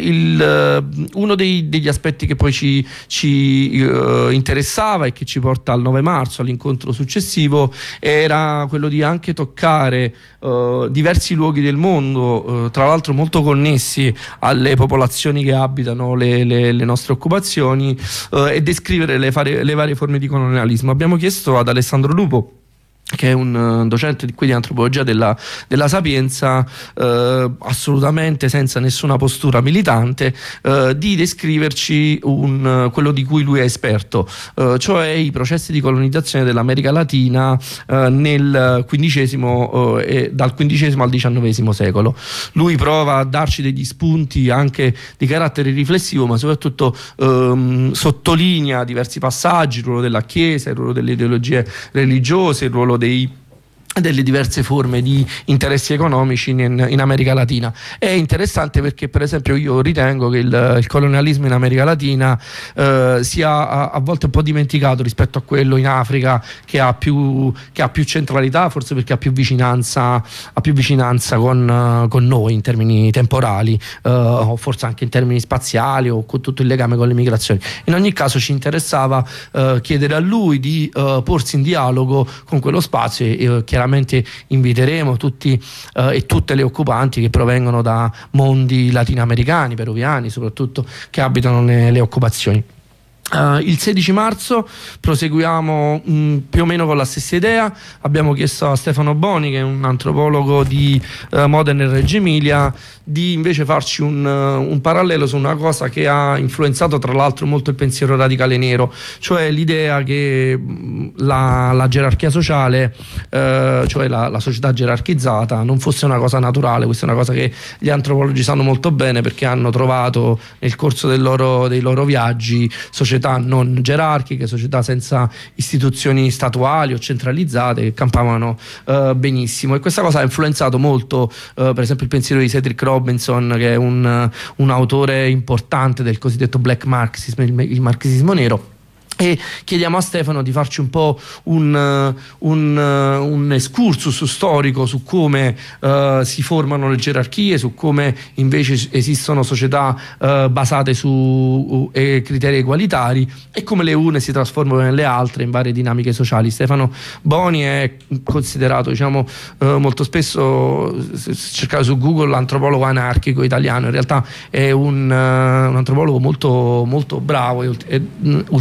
il, uh, uno dei, degli aspetti che poi ci, ci uh, interessava e che ci porta al nove marzo, all'incontro successivo, era quello di anche toccare uh, diversi luoghi del mondo, tra l'altro molto connessi alle popolazioni che abitano le, le, le nostre occupazioni, eh, e descrivere le, fare, le varie forme di colonialismo. Abbiamo chiesto ad Alessandro Lupo, che è un uh, docente di, qui di antropologia della, della Sapienza, eh, assolutamente senza nessuna postura militante, eh, di descriverci un, uh, quello di cui lui è esperto, eh, cioè i processi di colonizzazione dell'America Latina eh, nel quindicesimo, eh, e dal quindicesimo al diciannovesimo secolo. Lui prova a darci degli spunti anche di carattere riflessivo, ma soprattutto ehm, sottolinea diversi passaggi: il ruolo della Chiesa, il ruolo delle ideologie religiose, il ruolo dei delle diverse forme di interessi economici in, in America Latina. È interessante perché per esempio io ritengo che il, il colonialismo in America Latina eh, sia a, a volte un po' dimenticato rispetto a quello in Africa, che ha più, che ha più centralità, forse perché ha più vicinanza, ha più vicinanza con, con noi in termini temporali, eh, o forse anche in termini spaziali, o con tutto il legame con le migrazioni. In ogni caso ci interessava eh, chiedere a lui di eh, porsi in dialogo con quello spazio, e eh, chiaramente inviteremo tutti eh, e tutte le occupanti che provengono da mondi latinoamericani, peruviani soprattutto, che abitano nelle occupazioni. Uh, il sedici marzo proseguiamo mh, più o meno con la stessa idea. Abbiamo chiesto a Stefano Boni, che è un antropologo di uh, Modena e Reggio Emilia, di invece farci un, uh, un parallelo su una cosa che ha influenzato tra l'altro molto il pensiero radicale nero, cioè l'idea che mh, la, la gerarchia sociale, uh, cioè la, la società gerarchizzata, non fosse una cosa naturale. Questa è una cosa che gli antropologi sanno molto bene, perché hanno trovato nel corso del loro, dei loro viaggi società non gerarchiche, società senza istituzioni statuali o centralizzate, che campavano uh, benissimo. E questa cosa ha influenzato molto uh, per esempio il pensiero di Cedric Robinson, che è un, uh, un autore importante del cosiddetto black marxism, il, il marxismo nero. E chiediamo a Stefano di farci un po' un, un, un excursus storico su come uh, si formano le gerarchie, su come invece esistono società uh, basate su uh, criteri egualitari, e come le une si trasformano nelle altre in varie dinamiche sociali. Stefano Boni è considerato, diciamo, uh, molto spesso, se cercate su Google, l'antropologo anarchico italiano. In realtà è un, uh, un antropologo molto, molto bravo, e, e ultimamente ha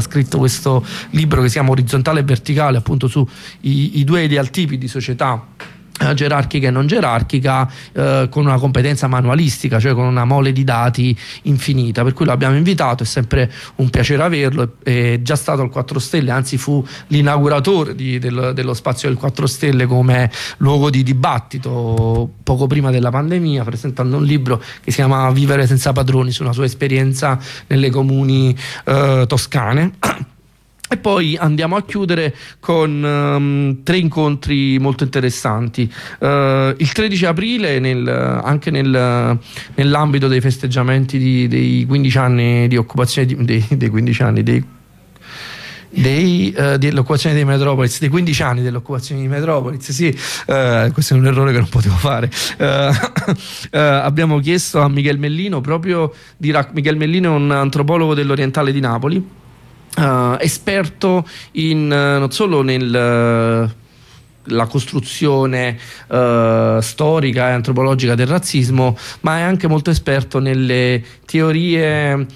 scritto questo libro che si chiama Orizzontale e Verticale, appunto su i, i due idealtipi di società gerarchica e non gerarchica, eh, con una competenza manualistica, cioè con una mole di dati infinita, per cui lo abbiamo invitato, è sempre un piacere averlo, è già stato al quattro Stelle, anzi fu l'inauguratore di, del, dello spazio del quattro Stelle come luogo di dibattito poco prima della pandemia, presentando un libro che si chiama Vivere senza padroni, sulla sua esperienza nelle comuni eh, toscane. E poi andiamo a chiudere con um, tre incontri molto interessanti. Uh, il tredici aprile, nel, anche nel, nell'ambito dei festeggiamenti di, dei quindici anni di occupazione, di, dei, dei quindici anni, dei, dei, uh, dell'occupazione dei Metropolis, dei quindici anni dell'occupazione di Metropolis, sì, uh, questo è un errore che non potevo fare. Uh, uh, abbiamo chiesto a Michel Mellino, proprio di rac- Michel Mellino è un antropologo dell'Orientale di Napoli, Uh, esperto in, uh, non solo nel uh, la costruzione uh, storica e antropologica del razzismo, ma è anche molto esperto nelle teorie uh,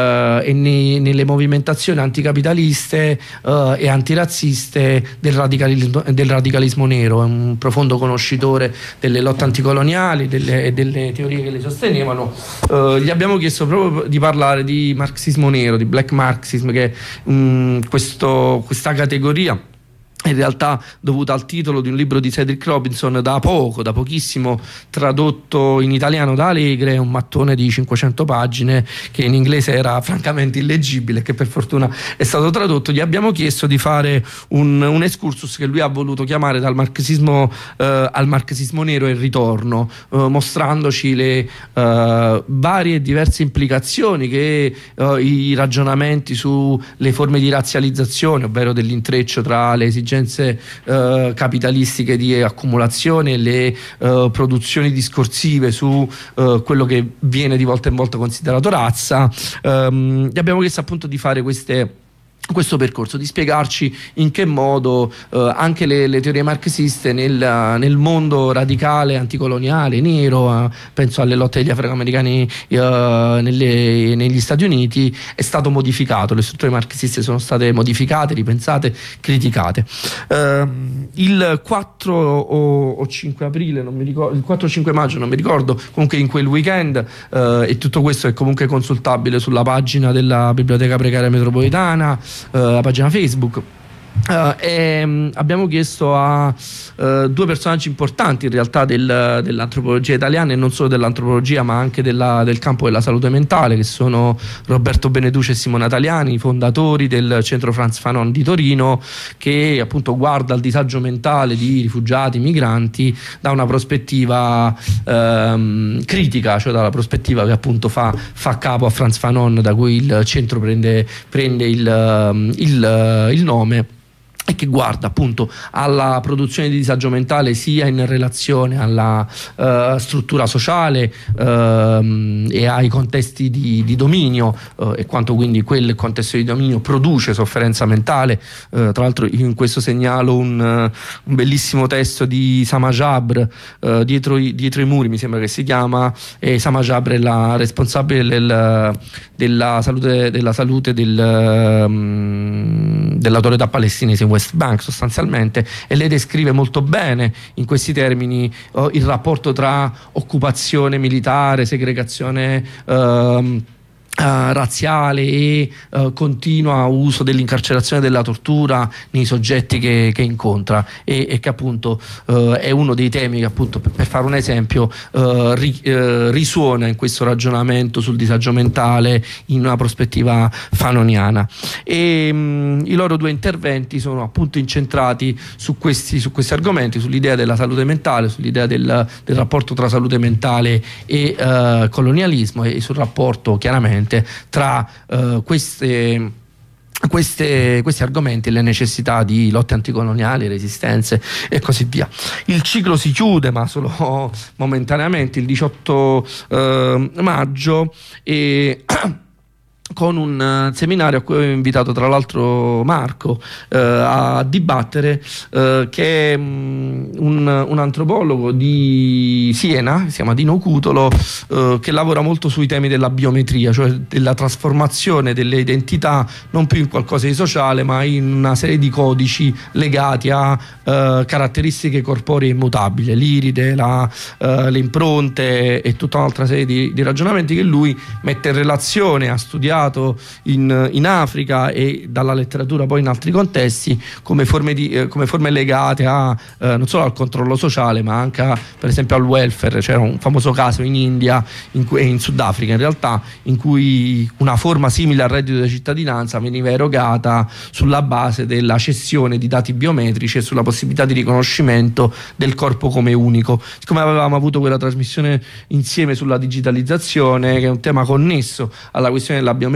e nei, nelle movimentazioni anticapitaliste uh, e antirazziste del radicalismo, del radicalismo nero. È un profondo conoscitore delle lotte anticoloniali e delle, delle teorie che le sostenevano. Uh, gli abbiamo chiesto proprio di parlare di marxismo nero, di black marxism, che è um, questo, questa categoria in realtà dovuta al titolo di un libro di Cedric Robinson, da poco, da pochissimo tradotto in italiano da Alegre, un mattone di cinquecento pagine che in inglese era francamente illeggibile, che per fortuna è stato tradotto. Gli abbiamo chiesto di fare un, un excursus che lui ha voluto chiamare dal marxismo eh, al marxismo nero e il ritorno, eh, mostrandoci le eh, varie e diverse implicazioni che eh, i ragionamenti sulle forme di razzializzazione, ovvero dell'intreccio tra le esigenze Uh, capitalistiche di accumulazione, le uh, produzioni discorsive su uh, quello che viene di volta in volta considerato razza. Um, gli abbiamo chiesto appunto di fare queste questo percorso, di spiegarci in che modo eh, anche le, le teorie marxiste nel, nel mondo radicale, anticoloniale, nero, eh, penso alle lotte degli afroamericani eh, nelle, negli Stati Uniti, è stato modificato, le strutture marxiste sono state modificate, ripensate, criticate. Eh, il quattro o cinque aprile, non mi ricordo, il quattro o cinque maggio, non mi ricordo, comunque in quel weekend, eh, e tutto questo è comunque consultabile sulla pagina della Biblioteca Precaria Metropolitana, Uh, la pagina Facebook. Uh, e, um, abbiamo chiesto a uh, due personaggi importanti in realtà del, dell'antropologia italiana, e non solo dell'antropologia ma anche della, del campo della salute mentale, che sono Roberto Beneduce e Simona Taliani, fondatori del centro Frantz Fanon di Torino, che appunto guarda al disagio mentale di rifugiati, migranti da una prospettiva um, critica, cioè dalla prospettiva che appunto fa, fa capo a Frantz Fanon, da cui il centro prende, prende il, il, il nome, e che guarda appunto alla produzione di disagio mentale sia in relazione alla uh, struttura sociale uh, e ai contesti di, di dominio, uh, e quanto quindi quel contesto di dominio produce sofferenza mentale. Uh, tra l'altro in questo segnalo un, uh, un bellissimo testo di Sama Jabr, uh, dietro, i, dietro i muri mi sembra che si chiama, e Sama Jabr è la responsabile del, della salute, della salute del, um, dell'autorità palestinese in West Bank sostanzialmente, e lei descrive molto bene in questi termini uh, il rapporto tra occupazione militare, segregazione uh, Uh, razziale e uh, continua uso dell'incarcerazione e della tortura nei soggetti che, che incontra, e, e che appunto uh, è uno dei temi che appunto, per, per fare un esempio, uh, ri, uh, risuona in questo ragionamento sul disagio mentale in una prospettiva fanoniana, e um, i loro due interventi sono appunto incentrati su questi, su questi argomenti, sull'idea della salute mentale, sull'idea del, del rapporto tra salute mentale e uh, colonialismo, e sul rapporto chiaramente tra uh, queste, queste, questi argomenti e le necessità di lotte anticoloniali, resistenze e così via. Il ciclo si chiude, ma solo momentaneamente, il diciotto uh, maggio, e con un uh, seminario a cui avevo invitato tra l'altro Marco uh, a dibattere, uh, che è um, un, un antropologo di Siena, si chiama Dino Cutolo, uh, che lavora molto sui temi della biometria, cioè della trasformazione delle identità non più in qualcosa di sociale ma in una serie di codici legati a uh, caratteristiche corporee immutabili, l'iride, la, uh, le impronte e tutta un'altra serie di, di ragionamenti che lui mette in relazione, ha studiato In, in Africa e dalla letteratura poi in altri contesti come forme, di, eh, come forme legate a eh, non solo al controllo sociale ma anche a, per esempio al welfare. C'era un famoso caso in India in cui, in Sudafrica in realtà, in cui una forma simile al reddito di cittadinanza veniva erogata sulla base della cessione di dati biometrici e sulla possibilità di riconoscimento del corpo come unico. Siccome avevamo avuto quella trasmissione insieme sulla digitalizzazione, che è un tema connesso alla questione della biometria,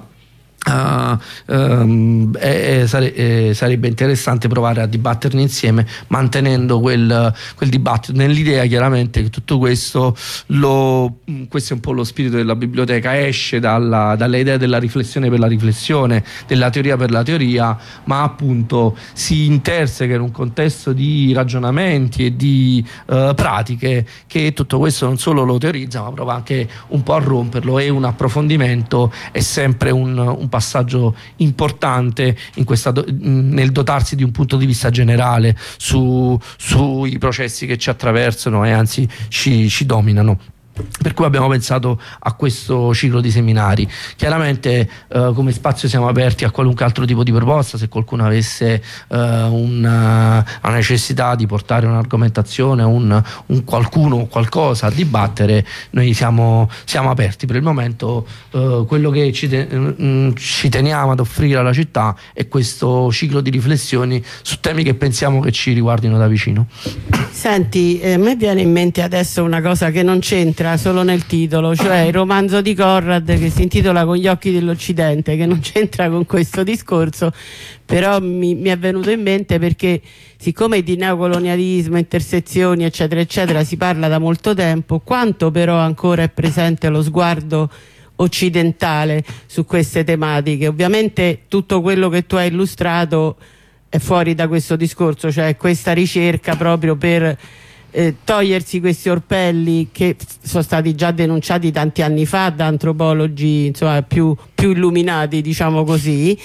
Uh, um, eh, sare, eh, sarebbe interessante provare a dibatterne insieme, mantenendo quel, quel dibattito nell'idea chiaramente che tutto questo lo, questo è un po' lo spirito della biblioteca, esce dalla, dalle idee della riflessione per la riflessione, della teoria per la teoria, ma appunto si interseca in un contesto di ragionamenti e di uh, pratiche che tutto questo non solo lo teorizza ma prova anche un po' a romperlo, e un approfondimento è sempre un, un passaggio importante in questa do, nel dotarsi di un punto di vista generale su, sui processi che ci attraversano e anzi ci, ci dominano. Per cui abbiamo pensato a questo ciclo di seminari. Chiaramente eh, come spazio siamo aperti a qualunque altro tipo di proposta. Se qualcuno avesse eh, una, una necessità di portare un'argomentazione, un, un qualcuno o qualcosa a dibattere, noi siamo, siamo aperti. Per il momento eh, quello che ci, te, mh, ci teniamo ad offrire alla città è questo ciclo di riflessioni su temi che pensiamo che ci riguardino da vicino.
Senti, eh, a me viene in mente adesso una cosa che non c'entra solo nel titolo, cioè il romanzo di Conrad che si intitola Con gli occhi dell'Occidente, che non c'entra con questo discorso, però mi, mi è venuto in mente perché siccome di neocolonialismo, intersezioni eccetera eccetera si parla da molto tempo, quanto però ancora è presente lo sguardo occidentale su queste tematiche. Ovviamente tutto quello che tu hai illustrato è fuori da questo discorso, cioè questa ricerca proprio per eh, togliersi questi orpelli che sono stati già denunciati tanti anni fa da antropologi insomma più, più illuminati, diciamo così,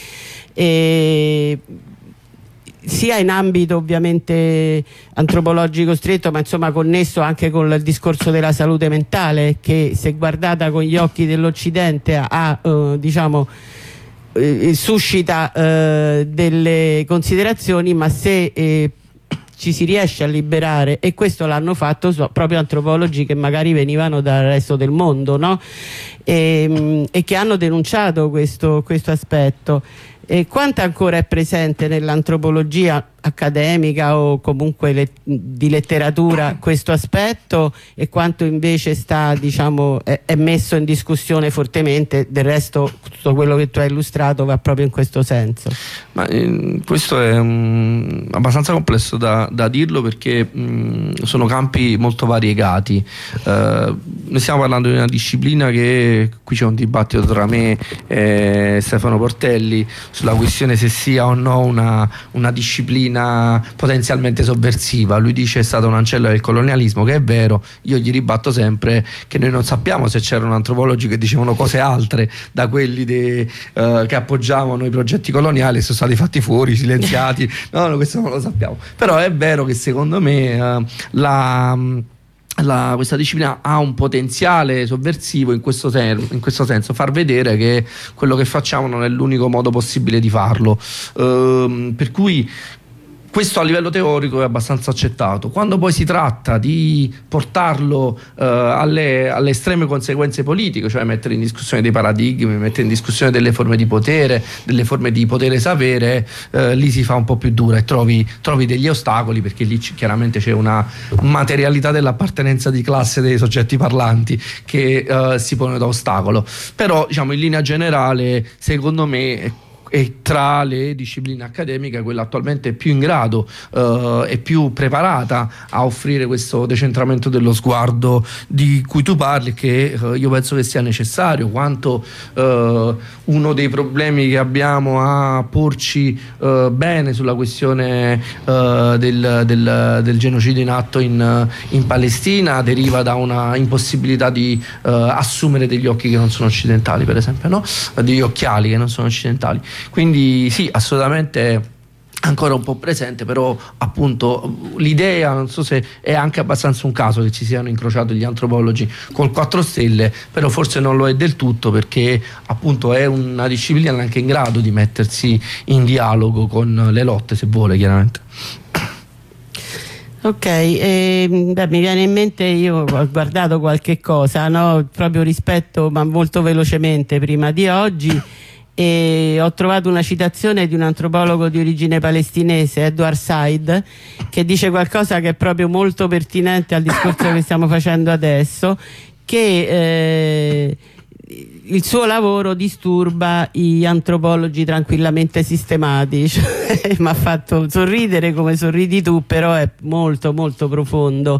e sia in ambito ovviamente antropologico stretto ma insomma connesso anche con il discorso della salute mentale, che se guardata con gli occhi dell'Occidente ha eh, diciamo eh, suscita eh, delle considerazioni, ma se eh, ci si riesce a liberare, e questo l'hanno fatto so, proprio antropologi che magari venivano dal resto del mondo, no? e, e che hanno denunciato questo, questo aspetto. E quanto ancora è presente nell'antropologia accademica o comunque le, di letteratura questo aspetto, e quanto invece sta, diciamo, è, è messo in discussione fortemente? Del resto tutto quello che tu hai illustrato va proprio in questo senso.
Ma, eh, questo è um, abbastanza complesso da, da dirlo, perché um, sono campi molto variegati. Uh, noi stiamo parlando di una disciplina che, qui c'è un dibattito tra me e Stefano Portelli sulla questione se sia o no una, una disciplina potenzialmente sovversiva. Lui dice è stata un'ancella del colonialismo, che è vero. Io gli ribatto sempre che noi non sappiamo se c'erano antropologi che dicevano cose altre da quelli de, uh, che appoggiavano i progetti coloniali e sono stati fatti fuori, silenziati. No, no, questo non lo sappiamo. Però è vero che secondo me uh, la... La, questa disciplina ha un potenziale sovversivo in questo, ter- in questo senso, far vedere che quello che facciamo non è l'unico modo possibile di farlo, ehm, per cui questo a livello teorico è abbastanza accettato. Quando poi si tratta di portarlo eh, alle, alle estreme conseguenze politiche, cioè mettere in discussione dei paradigmi, mettere in discussione delle forme di potere, delle forme di potere sapere, eh, lì si fa un po' più dura e trovi, trovi degli ostacoli, perché lì c- chiaramente c'è una materialità dell'appartenenza di classe dei soggetti parlanti che eh, si pone da ostacolo. Però diciamo in linea generale secondo me e tra le discipline accademiche quella attualmente più in grado eh, e più preparata a offrire questo decentramento dello sguardo di cui tu parli, che eh, io penso che sia necessario, quanto eh, uno dei problemi che abbiamo a porci eh, bene sulla questione eh, del, del, del genocidio in atto in, in Palestina deriva da una impossibilità di eh, assumere degli occhi che non sono occidentali, per esempio, no? Degli occhiali che non sono occidentali. Quindi sì, assolutamente ancora un po' presente, però appunto l'idea, non so se è anche abbastanza un caso che ci siano incrociati gli antropologi col quattro stelle, però forse non lo è del tutto, perché appunto è una disciplina anche in grado di mettersi in dialogo con le lotte, se vuole, chiaramente.
Ok, eh, beh, mi viene in mente, io ho guardato qualche cosa, no? Proprio rispetto, ma molto velocemente, prima di oggi, e ho trovato una citazione di un antropologo di origine palestinese, Edward Said, che dice qualcosa che è proprio molto pertinente al discorso che stiamo facendo adesso, che eh, il suo lavoro disturba gli antropologi tranquillamente sistematici. Mi ha fatto sorridere come sorridi tu, però è molto molto profondo.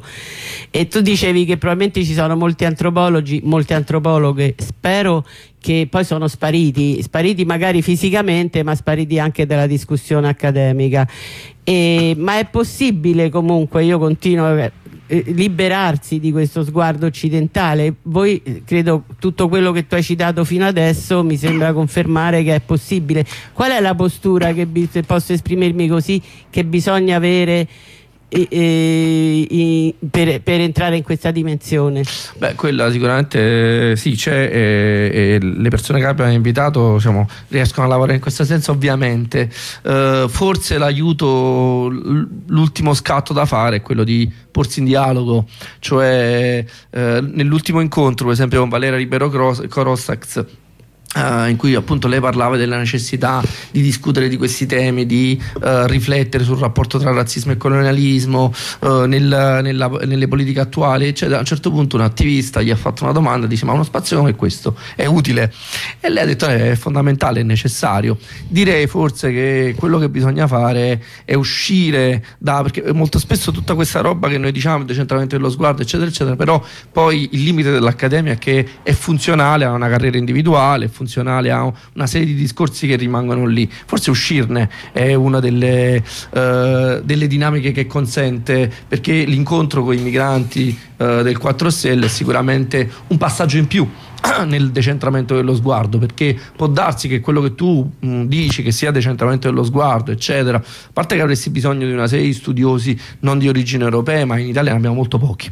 E tu dicevi che probabilmente ci sono molti antropologi, molte antropologhe, spero che poi sono spariti, spariti magari fisicamente, ma spariti anche dalla discussione accademica. E, ma è possibile comunque, io continuo a liberarsi di questo sguardo occidentale? Voi, credo, tutto quello che tu hai citato fino adesso mi sembra confermare che è possibile. Qual è la postura, che se posso esprimermi così, che bisogna avere E, e, e, per, per entrare in questa dimensione?
Beh, quella sicuramente eh, sì, c'è, e, e le persone che abbiamo invitato, diciamo, riescono a lavorare in questo senso, ovviamente. Eh, forse l'aiuto, l'ultimo scatto da fare è quello di porsi in dialogo, cioè eh, nell'ultimo incontro, per esempio, con Valeria Ribeiro Corostax, Uh, in cui appunto lei parlava della necessità di discutere di questi temi, di uh, riflettere sul rapporto tra razzismo e colonialismo uh, nel, nella, nelle politiche attuali, eccetera. A un certo punto un attivista gli ha fatto una domanda, dice: ma uno spazio come questo è utile? E lei ha detto: eh, è fondamentale, è necessario. Direi forse che quello che bisogna fare è uscire da, perché molto spesso tutta questa roba che noi diciamo, il decentramento dello sguardo, eccetera eccetera, però poi il limite dell'accademia è che è funzionale a una carriera individuale, funzionale a una serie di discorsi che rimangono lì. Forse uscirne è una delle, uh, delle dinamiche che consente, perché l'incontro con i migranti uh, del quattro stelle è sicuramente un passaggio in più nel decentramento dello sguardo, perché può darsi che quello che tu mh, dici che sia decentramento dello sguardo, eccetera, a parte che avresti bisogno di una serie di studiosi non di origine europea, ma in Italia ne abbiamo molto pochi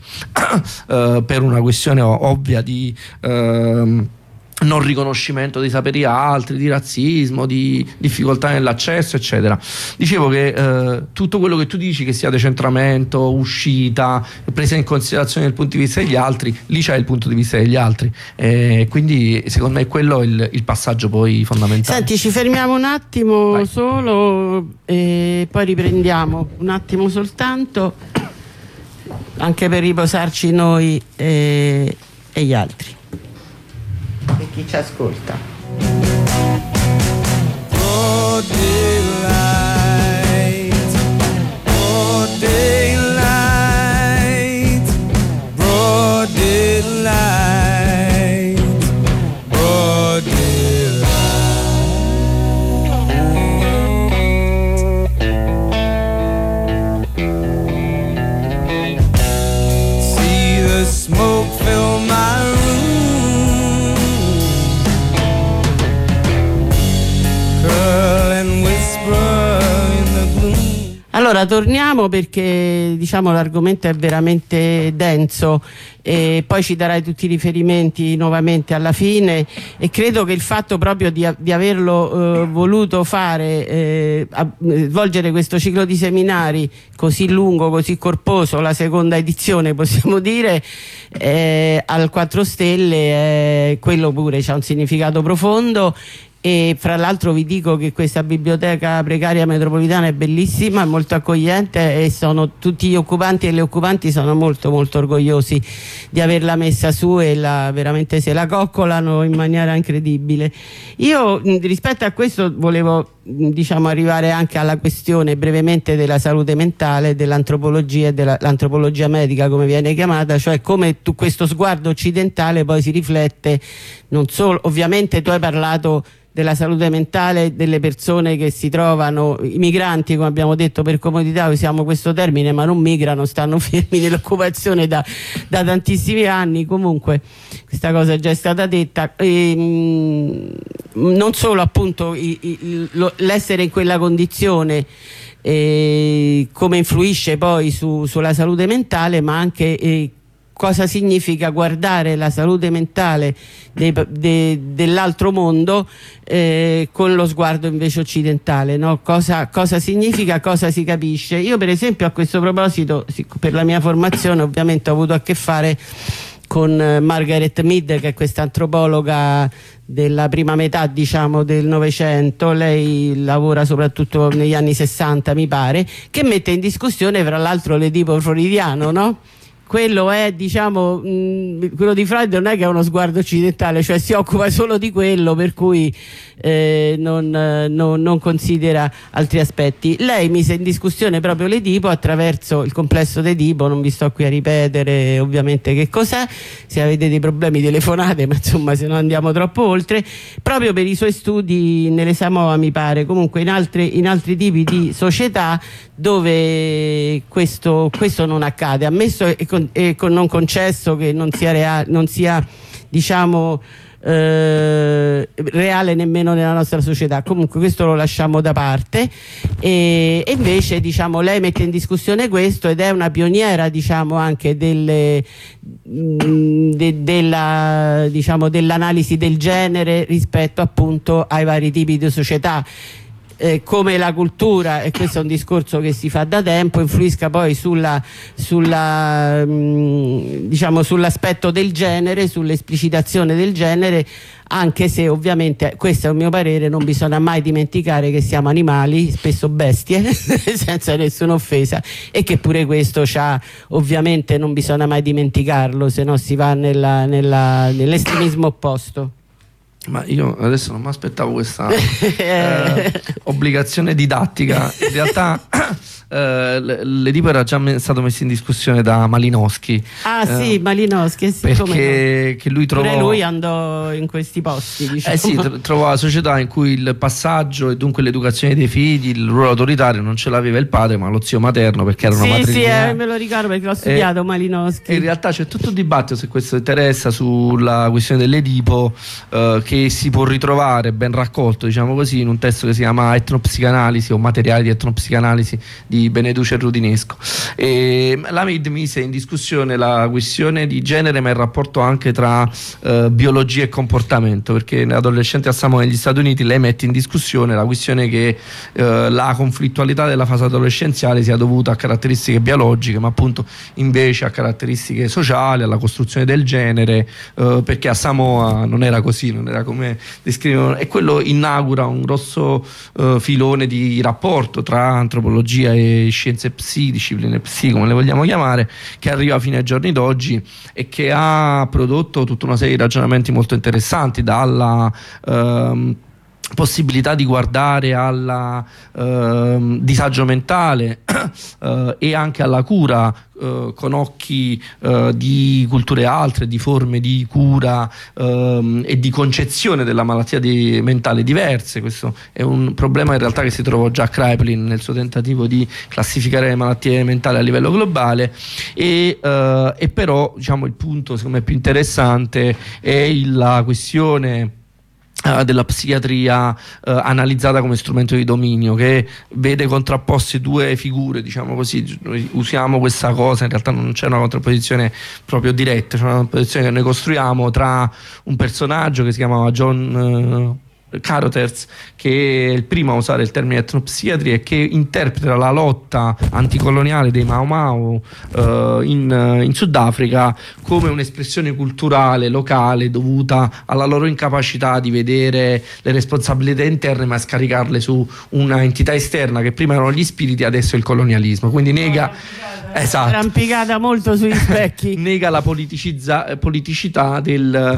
uh, per una questione ovvia di uh, non riconoscimento dei saperi altri, di razzismo, di difficoltà nell'accesso, eccetera. Dicevo che eh, tutto quello che tu dici, che sia decentramento, uscita, presa in considerazione dal punto di vista degli altri, lì c'è il punto di vista degli altri, eh, quindi secondo me quello è il, il passaggio poi fondamentale.
Senti, ci fermiamo un attimo. Vai. Solo e poi riprendiamo un attimo soltanto, anche per riposarci noi e, e gli altri, e chi ci ascolta.
Broad daylight, broad daylight, broad daylight, broad daylight. See the smoke fill my
Allora torniamo, perché diciamo l'argomento è veramente denso e poi ci darai tutti i riferimenti nuovamente alla fine, e credo che il fatto proprio di, di averlo eh, voluto fare, eh, a, svolgere questo ciclo di seminari così lungo, così corposo, la seconda edizione possiamo dire, eh, al quattro stelle, eh, quello pure c'ha un significato profondo. E fra l'altro vi dico che questa biblioteca precaria metropolitana è bellissima, è molto accogliente, e sono tutti gli occupanti e le occupanti sono molto molto orgogliosi di averla messa su, e la, veramente se la coccolano in maniera incredibile. Io rispetto a questo volevo diciamo arrivare anche alla questione brevemente della salute mentale, dell'antropologia e dell'antropologia medica, come viene chiamata, cioè come tu, questo sguardo occidentale poi si riflette non solo, ovviamente tu hai parlato della salute mentale delle persone che si trovano, i migranti, come abbiamo detto, per comodità usiamo questo termine, ma non migrano, stanno fermi nell'occupazione da, da tantissimi anni. Comunque questa cosa è già stata detta. E, mh, non solo appunto l'essere in quella condizione eh, come influisce poi su, sulla salute mentale, ma anche eh, cosa significa guardare la salute mentale de, de, dell'altro mondo eh, con lo sguardo invece occidentale, no? Cosa, cosa significa, cosa si capisce. Io per esempio a questo proposito, per la mia formazione ovviamente ho avuto a che fare con Margaret Mead, che è questa antropologa della prima metà diciamo del Novecento. Lei lavora soprattutto negli anni sessanta mi pare, che mette in discussione fra l'altro l'Edipo freudiano, no? Quello è, diciamo, mh, quello di Freud non è che è uno sguardo occidentale, cioè si occupa solo di quello, per cui eh, non, eh, non, non considera altri aspetti. Lei mise in discussione proprio l'Edipo attraverso il complesso d'Edipo, non vi sto qui a ripetere ovviamente che cos'è, se avete dei problemi telefonate, ma insomma se non andiamo troppo oltre, proprio per i suoi studi nelle Samoa mi pare, comunque in altri, in altri tipi di società dove questo, questo non accade, ammesso e, con, e con non concesso che non sia, reale, non sia diciamo eh, reale nemmeno nella nostra società. Comunque questo lo lasciamo da parte, e, e invece diciamo lei mette in discussione questo, ed è una pioniera diciamo anche delle, mh, de, della, diciamo, dell'analisi del genere rispetto appunto ai vari tipi di società. Eh, come la cultura, e questo è un discorso che si fa da tempo, influisca poi sulla, sulla, mh, diciamo, sull'aspetto del genere, sull'esplicitazione del genere, anche se ovviamente, questo è un mio parere, non bisogna mai dimenticare che siamo animali, spesso bestie, senza nessuna offesa, e che pure questo c'ha, ovviamente non bisogna mai dimenticarlo, se no si va nella, nella, nell'estremismo opposto.
Ma io adesso non mi aspettavo questa eh, obbligazione didattica. In realtà eh, l'Edipo era già me stato messo in discussione da Malinowski.
Ah
eh,
sì, Malinowski, sì,
perché
come no.
che lui trovò,
pure lui andò in questi posti, diciamo.
Eh sì, trovò la società in cui il passaggio e dunque l'educazione dei figli, il ruolo autoritario non ce l'aveva il padre ma lo zio materno, perché erano
sì,
matrilineari.
Sì, eh, me lo ricordo perché l'ho studiato eh, Malinowski.
In realtà c'è tutto un dibattito, se questo interessa, sulla questione dell'Edipo, eh, che si può ritrovare ben raccolto, diciamo così, in un testo che si chiama Etnopsicanalisi o Materiali di etnopsicanalisi di Beneduce e Rudinesco. E la Mead mise in discussione la questione di genere, ma il rapporto anche tra eh, biologia e comportamento, perché nell'adolescente a Samoa negli Stati Uniti lei mette in discussione la questione che eh, la conflittualità della fase adolescenziale sia dovuta a caratteristiche biologiche, ma appunto invece a caratteristiche sociali, alla costruzione del genere, eh, perché a Samoa non era così, non era come descrivono, e quello inaugura un grosso uh, filone di rapporto tra antropologia e scienze psi, discipline psi, come le vogliamo chiamare, che arriva fino ai giorni d'oggi e che ha prodotto tutta una serie di ragionamenti molto interessanti, dalla um, possibilità di guardare al uh, disagio mentale uh, e anche alla cura uh, con occhi uh, di culture altre, di forme di cura uh, e di concezione della malattia di, mentale diverse. Questo è un problema in realtà che si trovò già a Kraepelin nel suo tentativo di classificare le malattie mentali a livello globale, e, uh, e però diciamo il punto secondo me più interessante è il, la questione Uh, della psichiatria uh, analizzata come strumento di dominio, che vede contrapposte due figure, diciamo così. Noi usiamo questa cosa, in realtà non c'è una contrapposizione proprio diretta, c'è una contrapposizione che noi costruiamo tra un personaggio che si chiamava John uh, Carothers, che è il primo a usare il termine etnopsichiatria e che interpreta la lotta anticoloniale dei Mau Mau eh, in, in Sudafrica come un'espressione culturale locale dovuta alla loro incapacità di vedere le responsabilità interne ma scaricarle su una entità esterna che prima erano gli spiriti, adesso è il colonialismo. Quindi nega, esatto,
arrampicata molto sugli specchi.
nega la politicizza, politicità del,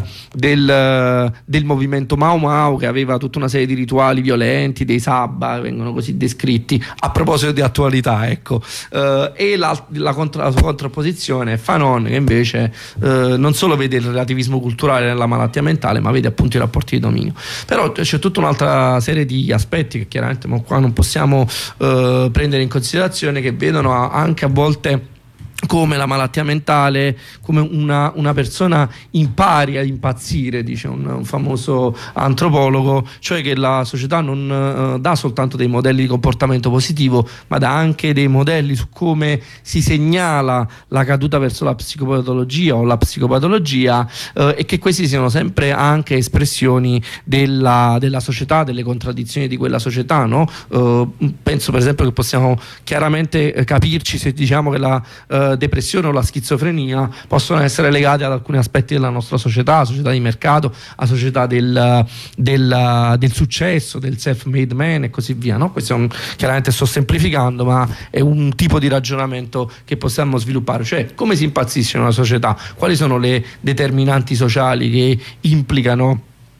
del, del movimento Mau Mau, che aveva tutta una serie di rituali violenti, dei sabba, vengono così descritti, a proposito di attualità, ecco. Uh, e la, la, contra, la sua contrapposizione è Fanon, che invece uh, non solo vede il relativismo culturale nella malattia mentale, ma vede appunto i rapporti di dominio. Però c'è tutta un'altra serie di aspetti che chiaramente qua non possiamo uh, prendere in considerazione, che vedono anche a volte come la malattia mentale, come una, una persona impari ad impazzire, dice un, un famoso antropologo, cioè che la società non uh, dà soltanto dei modelli di comportamento positivo, ma dà anche dei modelli su come si segnala la caduta verso la psicopatologia o la psicopatologia, uh, e che questi siano sempre anche espressioni della, della società, delle contraddizioni di quella società, no? Uh, penso per esempio che possiamo chiaramente eh, capirci se diciamo che la uh, depressione o la schizofrenia possono essere legate ad alcuni aspetti della nostra società, società di mercato, a società del, del, del successo, del self-made man e così via, no? Questo è un, chiaramente sto semplificando, ma è un tipo di ragionamento che possiamo sviluppare, cioè come si impazzisce in una società, quali sono le determinanti sociali che implicano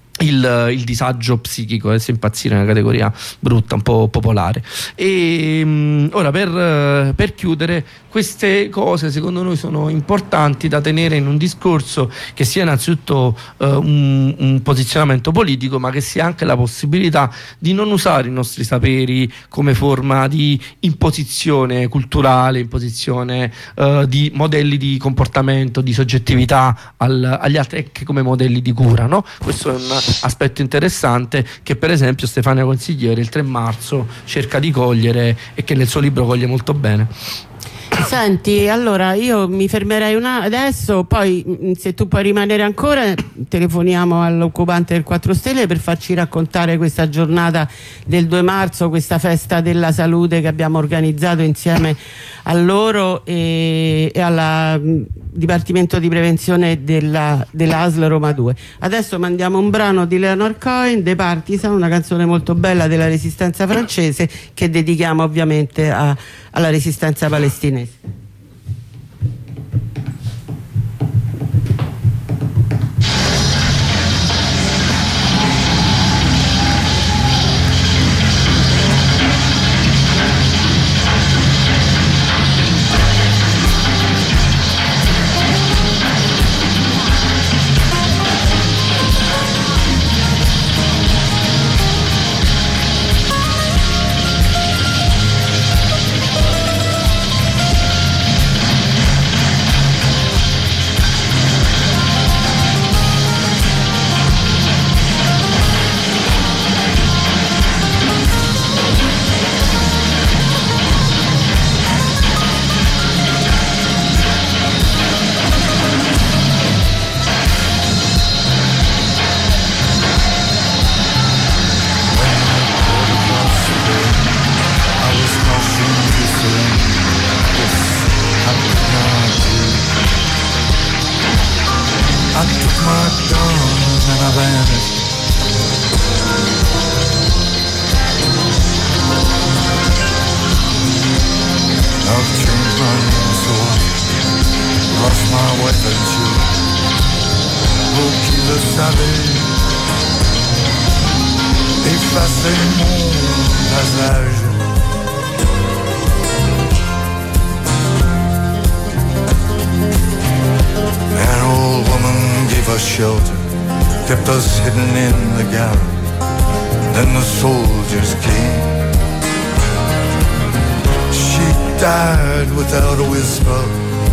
Il, il disagio psichico, adesso impazzire è una categoria brutta, un po' popolare. E mh, ora per, per chiudere, queste cose secondo noi sono importanti da tenere in un discorso che sia innanzitutto uh, un, un posizionamento politico, ma che sia anche la possibilità di non usare i nostri saperi come forma di imposizione culturale, imposizione uh, di modelli di comportamento, di soggettività al, agli altri, anche come modelli di cura, no? Questo è un aspetto interessante che per esempio Stefania Consigliere il tre marzo cerca di cogliere e che nel suo libro coglie molto bene.
Senti, allora io mi fermerei una adesso, poi se tu puoi rimanere ancora telefoniamo all'occupante del quattro Stelle per farci raccontare questa giornata del due marzo, questa festa della salute che abbiamo organizzato insieme a loro e, e al Dipartimento di Prevenzione della, dell'A S L Roma due. Adesso mandiamo un brano di Leonard Cohen, The Partisan, una canzone molto bella della resistenza francese che dedichiamo ovviamente a, alla resistenza palestinese.
Shelter kept us hidden in the galley. Then the soldiers came. She died without a whisper.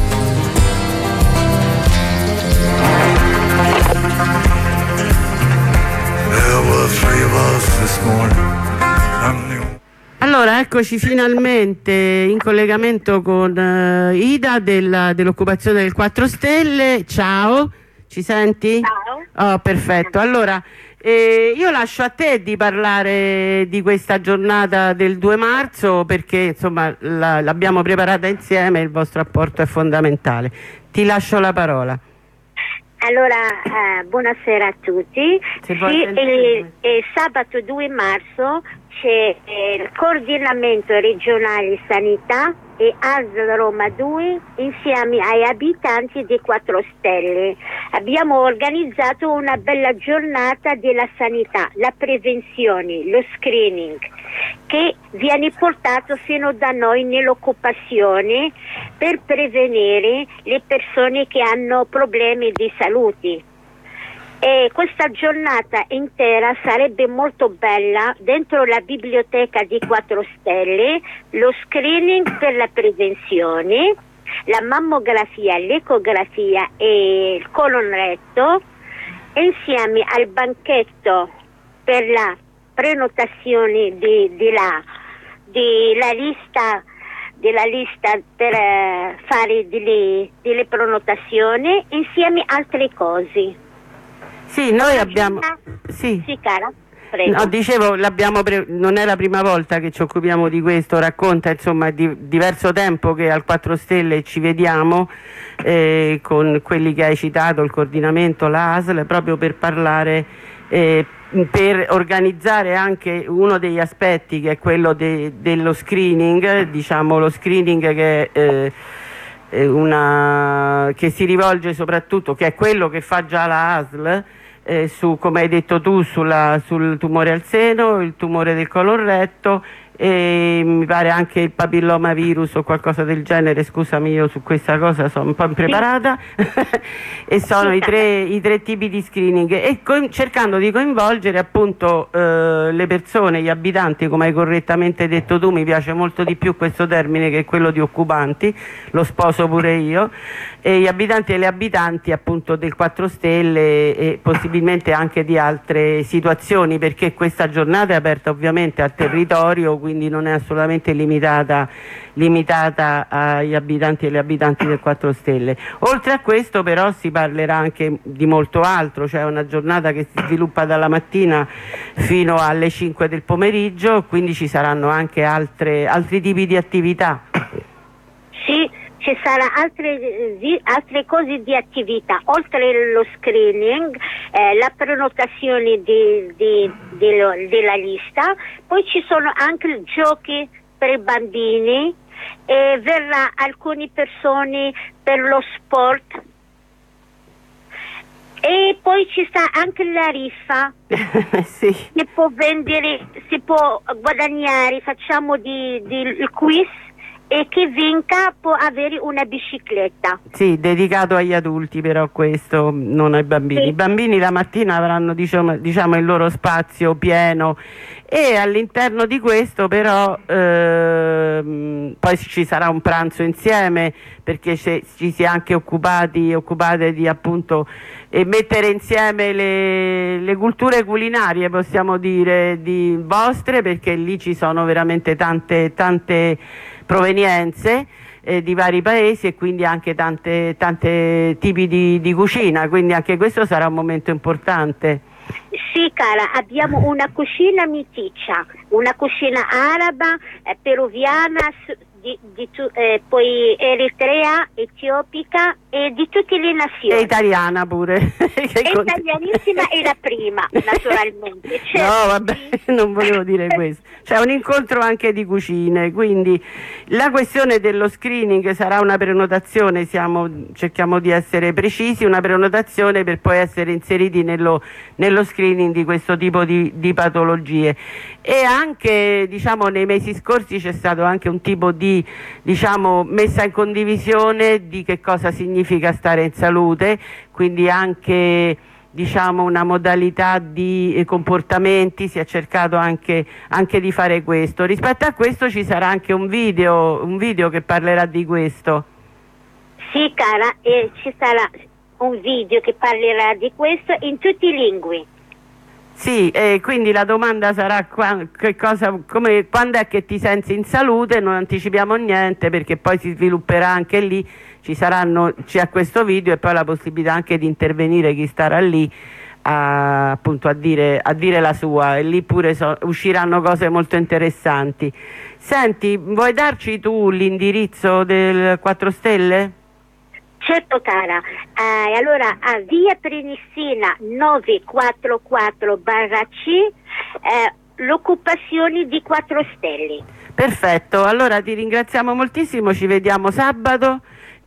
There were three of us this morning.
Allora, eccoci finalmente in collegamento con uh, Ida della, dell'occupazione del quattro Stelle. Ciao. Ci senti?
Ciao.
Oh, perfetto. Allora, E io lascio a te di parlare di questa giornata del due marzo, perché insomma la, l'abbiamo preparata insieme e il vostro apporto è fondamentale. Ti lascio la parola.
Allora, eh, buonasera a tutti. Sì, il, il sabato due marzo c'è il coordinamento regionale sanità e A S L Roma due insieme ai abitanti di quattro Stelle. Abbiamo organizzato una bella giornata della sanità, la prevenzione, lo screening, che viene portato fino da noi nell'occupazione per prevenire le persone che hanno problemi di salute. E questa giornata intera sarebbe molto bella dentro la biblioteca di quattro Stelle, lo screening per la prevenzione, la mammografia, l'ecografia e il colon retto, insieme al banchetto per la prenotazione di, di la, di la lista della lista per uh, fare delle, delle prenotazioni, insieme altre cose.
Sì, noi abbiamo... Sì,
sì cara, prego.
No, dicevo, l'abbiamo pre... non è la prima volta che ci occupiamo di questo, racconta, insomma, è di diverso tempo che al quattro Stelle ci vediamo eh, con quelli che hai citato, il coordinamento, l'A S L, proprio per parlare, eh, per organizzare anche uno degli aspetti che è quello de... dello screening, diciamo lo screening che... Eh, Una, che si rivolge soprattutto, che è quello che fa già la A S L, eh, su, come hai detto tu, sulla, sul tumore al seno, il tumore del colon retto e mi pare anche il papillomavirus o qualcosa del genere. Scusami, io su questa cosa sono un po' impreparata. E sono i tre, i tre tipi di screening, e cercando di coinvolgere appunto eh, le persone, gli abitanti, come hai correttamente detto tu. Mi piace molto di più questo termine che quello di occupanti, lo sposo pure io, e gli abitanti e le abitanti appunto del quattro Stelle e possibilmente anche di altre situazioni, perché questa giornata è aperta ovviamente al territorio, quindi non è assolutamente limitata, limitata agli abitanti e le abitanti del quattro Stelle. Oltre a questo però si parlerà anche di molto altro, cioè una giornata che si sviluppa dalla mattina fino alle cinque del pomeriggio, quindi ci saranno anche altre, altri tipi di attività.
Sì, ci saranno altre, altre cose di attività, oltre lo screening, eh, la prenotazione di, di, di, della lista, poi ci sono anche giochi per i bambini, e verrà alcune persone per lo sport, e poi ci sta anche la riffa.
Sì.
Si può vendere, si può guadagnare, facciamo di, di, il quiz, e chi vinca può avere una bicicletta.
Sì, dedicato agli adulti, però questo non ai bambini. Sì. I bambini la mattina avranno diciamo, diciamo il loro spazio pieno, e all'interno di questo però ehm, poi ci sarà un pranzo insieme, perché ci si è anche occupati occupate di appunto e mettere insieme le, le culture culinarie, possiamo dire, di vostre, perché lì ci sono veramente tante tante provenienze eh, di vari paesi, e quindi anche tante, tante tipi di, di cucina, quindi anche questo sarà un momento importante.
Sì cara, abbiamo una cucina meticcia, una cucina araba, eh, peruviana, di, di, eh, poi eritrea, etiopica e di tutte le nazioni.
E italiana pure.
E italianissima è la prima, naturalmente. Certo.
No, vabbè, non volevo dire questo. C'è un incontro anche di cucine, quindi la questione dello screening sarà una prenotazione, siamo, cerchiamo di essere precisi, una prenotazione per poi essere inseriti nello, nello screening di questo tipo di, di patologie. E anche, diciamo, nei mesi scorsi c'è stato anche un tipo di, diciamo, messa in condivisione di che cosa significa stare in salute, quindi anche, diciamo, una modalità di eh, comportamenti, si è cercato anche, anche di fare questo. Rispetto a questo ci sarà anche un video, un video che parlerà di questo.
Sì cara, e ci sarà un video che parlerà di questo in tutte le lingue.
Sì, eh, quindi la domanda sarà qua, che cosa, come, quando è che ti senti in salute. Non anticipiamo niente, perché poi si svilupperà anche lì, ci saranno, c'è questo video e poi la possibilità anche di intervenire chi starà lì a, appunto a dire, a dire la sua, e lì pure so, usciranno cose molto interessanti. Senti, vuoi darci tu l'indirizzo del quattro Stelle?
Certo cara, eh, allora a via Prenestina novecentoquarantaquattro barra C, eh, l'occupazione di quattro Stelle.
Perfetto, allora ti ringraziamo moltissimo, ci vediamo sabato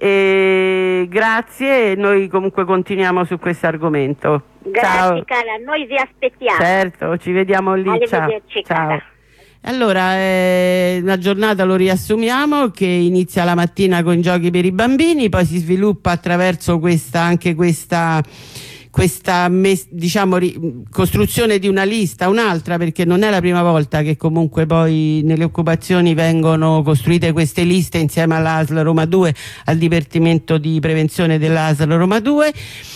e grazie, noi comunque continuiamo su questo argomento.
Grazie
Ciao.
cara, noi vi aspettiamo.
Certo, ci vediamo lì. Ciao.
Arrivederci,
Ciao.
cara.
Allora, eh, la giornata lo riassumiamo, che inizia la mattina con i giochi per i bambini, poi si sviluppa attraverso questa, anche questa, questa diciamo, costruzione di una lista, un'altra, perché non è la prima volta che comunque poi nelle occupazioni vengono costruite queste liste insieme all'A S L Roma due, al Dipartimento di Prevenzione dell'A S L Roma due.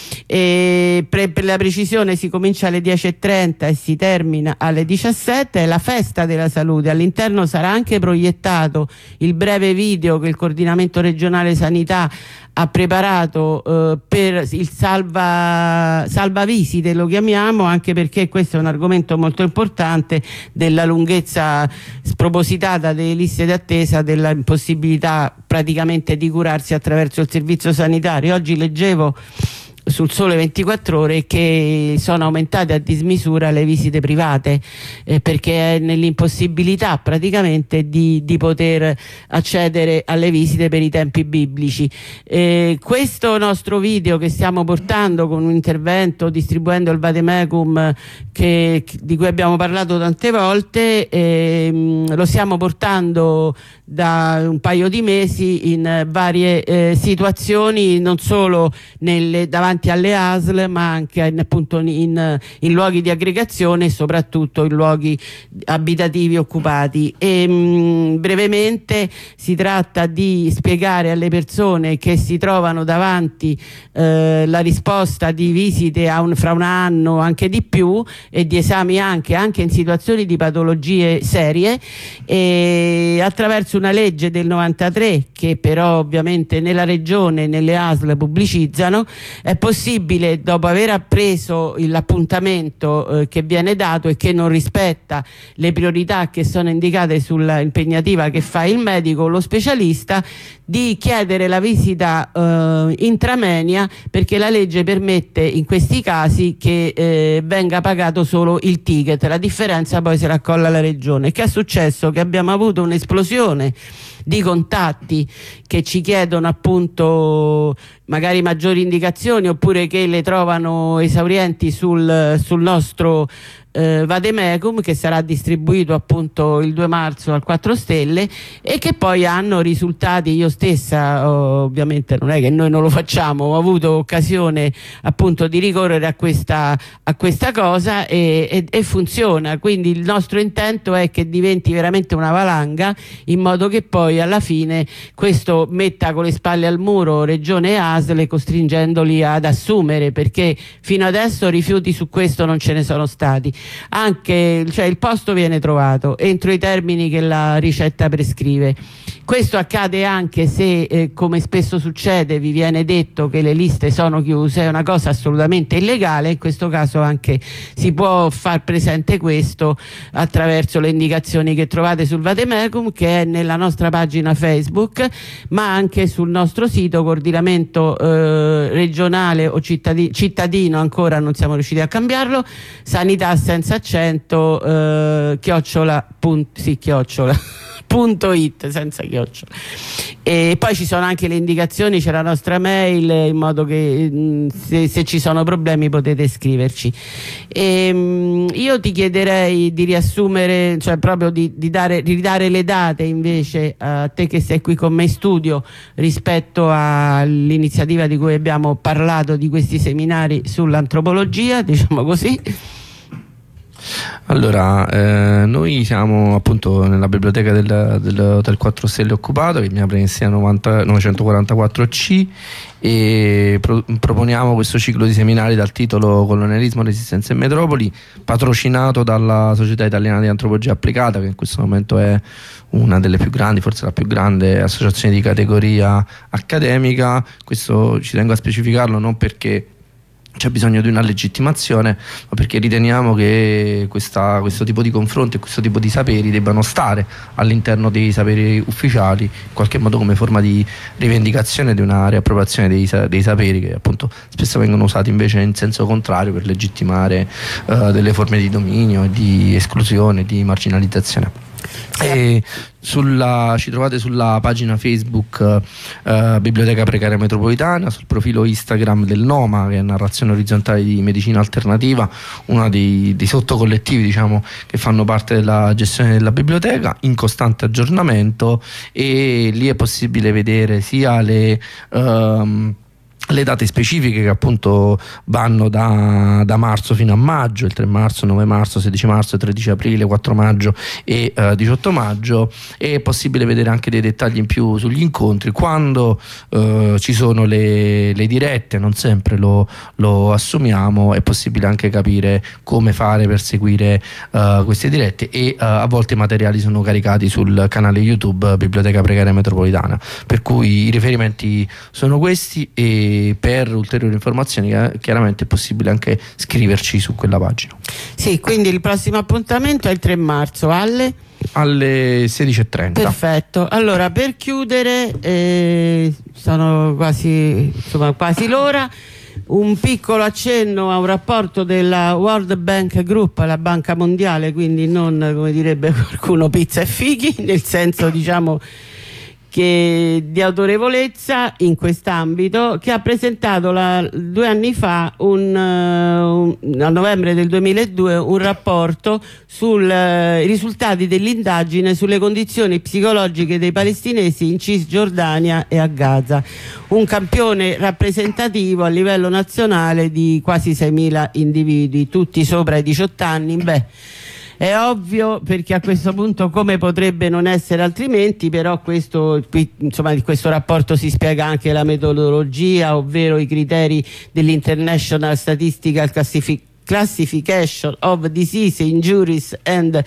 E per, per la precisione si comincia alle dieci e trenta e si termina alle diciassette. È la festa della salute, all'interno sarà anche proiettato il breve video che il coordinamento regionale sanità ha preparato eh, per il salva, salvavisite, lo chiamiamo, anche perché questo è un argomento molto importante della lunghezza spropositata delle liste d'attesa, della impossibilità praticamente di curarsi attraverso il servizio sanitario. Oggi leggevo sul Sole ventiquattro Ore che sono aumentate a dismisura le visite private, eh, perché è nell'impossibilità praticamente di, di poter accedere alle visite per i tempi biblici. Eh, questo nostro video che stiamo portando con un intervento distribuendo il Vademecum che, di cui abbiamo parlato tante volte, eh, lo stiamo portando da un paio di mesi in varie eh, situazioni, non solo nelle, davanti alle A S L, ma anche in, appunto in, in luoghi di aggregazione e soprattutto in luoghi abitativi occupati. E, mh, brevemente si tratta di spiegare alle persone che si trovano davanti eh, la risposta di visite a un, fra un anno, anche di più, e di esami anche, anche in situazioni di patologie serie, e attraverso una legge del novantatré che però ovviamente nella regione, nelle A S L pubblicizzano, è possibile, dopo aver appreso l'appuntamento eh, che viene dato e che non rispetta le priorità che sono indicate sull'impegnativa che fa il medico o lo specialista, di chiedere la visita eh, intramenia, perché la legge permette in questi casi che eh, venga pagato solo il ticket, la differenza poi se la accolla la regione. Che è successo? Che abbiamo avuto un'esplosione di contatti che ci chiedono appunto magari maggiori indicazioni, oppure che le trovano esaurienti sul, sul nostro eh, Vademecum, che sarà distribuito appunto il due marzo al quattro Stelle, e che poi hanno risultati. Io stessa ovviamente non è che noi non lo facciamo, ho avuto occasione appunto di ricorrere a questa, a questa cosa e, e, e funziona. Quindi il nostro intento è che diventi veramente una valanga, in modo che poi alla fine questo metta con le spalle al muro regione e A S L, costringendoli ad assumere, perché fino adesso rifiuti su questo non ce ne sono stati. Anche, cioè, il posto viene trovato entro i termini che la ricetta prescrive. Questo accade anche se, eh, come spesso succede, vi viene detto che le liste sono chiuse, è una cosa assolutamente illegale. In questo caso anche si può far presente questo attraverso le indicazioni che trovate sul Vademecum, che è nella nostra pagina Facebook, ma anche sul nostro sito coordinamento eh, regionale o cittadino, cittadino, ancora non siamo riusciti a cambiarlo, sanità senza accento, eh, chiocciola, punt, sì, chiocciola punto it, senza chiocciola. E poi ci sono anche le indicazioni, c'è la nostra mail, in modo che mh, se, se ci sono problemi potete scriverci. E, mh, io ti chiederei di riassumere, cioè proprio di, di dare, di ridare le date invece a te che sei qui con me in studio, rispetto all'iniziativa di cui abbiamo parlato, di questi seminari sull'antropologia, diciamo così.
Allora, eh, noi siamo appunto nella biblioteca del, dell'Hotel quattro Stelle occupato, che mi apre in sia novecentoquarantaquattro C, e pro, proponiamo questo ciclo di seminari dal titolo Colonialismo, Resistenza e Metropoli, patrocinato dalla Società Italiana di Antropologia Applicata, che in questo momento è una delle più grandi, forse la più grande associazione di categoria accademica. Questo ci tengo a specificarlo non perché c'è bisogno di una legittimazione, ma perché riteniamo che questa, questo tipo di confronti e questo tipo di saperi debbano stare all'interno dei saperi ufficiali, in qualche modo come forma di rivendicazione di una riappropriazione dei, dei saperi che appunto spesso vengono usati invece in senso contrario per legittimare uh, delle forme di dominio, di esclusione, di marginalizzazione. E sulla, ci trovate sulla pagina Facebook eh, Biblioteca Precaria Metropolitana, sul profilo Instagram del Noma, che è Narrazione Orizzontale di Medicina Alternativa, uno dei, dei sottocollettivi, diciamo, che fanno parte della gestione della biblioteca, in costante aggiornamento, e lì è possibile vedere sia le ehm, le date specifiche che appunto vanno da, da marzo fino a maggio, il tre marzo, nove marzo, sedici marzo, tredici aprile, quattro maggio e uh, diciotto maggio, e è possibile vedere anche dei dettagli in più sugli incontri quando uh, ci sono le, le dirette. Non sempre lo, lo assumiamo, è possibile anche capire come fare per seguire uh, queste dirette, e uh, a volte i materiali sono caricati sul canale YouTube Biblioteca Precaria Metropolitana, per cui i riferimenti sono questi, e per ulteriori informazioni chiaramente è possibile anche scriverci su quella pagina.
Sì, quindi il prossimo appuntamento è il tre marzo alle?
Alle sedici e trenta.
Perfetto. Allora, per chiudere, eh, sono quasi, insomma, quasi l'ora. Un piccolo accenno a un rapporto della World Bank Group, la Banca Mondiale, quindi non, come direbbe qualcuno, pizza e fichi, nel senso, diciamo, che di autorevolezza in quest'ambito, che ha presentato la, due anni fa un, uh, un, a novembre del duemiladue un rapporto sui uh, risultati dell'indagine sulle condizioni psicologiche dei palestinesi in Cisgiordania e a Gaza, un campione rappresentativo a livello nazionale di quasi seimila individui, tutti sopra i diciotto anni. Beh, è ovvio, perché a questo punto come potrebbe non essere altrimenti, però questo, qui, insomma, di questo rapporto si spiega anche la metodologia, ovvero i criteri dell'International Statistical Classification of Disease, Injuries and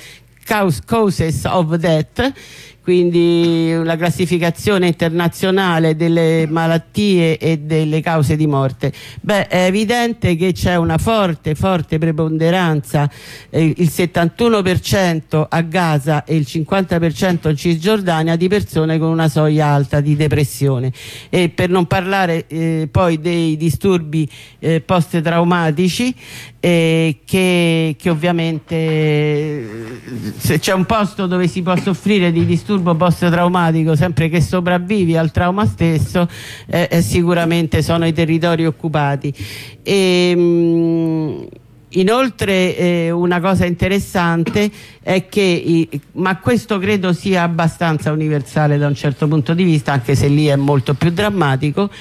Causes of Death, quindi la classificazione internazionale delle malattie e delle cause di morte. Beh, è evidente che c'è una forte, forte preponderanza, eh, il settantuno per cento a Gaza e il cinquanta per cento in Cisgiordania, di persone con una soglia alta di depressione, e per non parlare eh, poi dei disturbi eh, post-traumatici, eh, che, che ovviamente se c'è un posto dove si può soffrire di disturbo post-traumatico sempre che sopravvivi al trauma stesso, eh, eh, sicuramente sono i territori occupati. E, mh, inoltre eh, una cosa interessante è che, i, ma questo credo sia abbastanza universale da un certo punto di vista, anche se lì è molto più drammatico,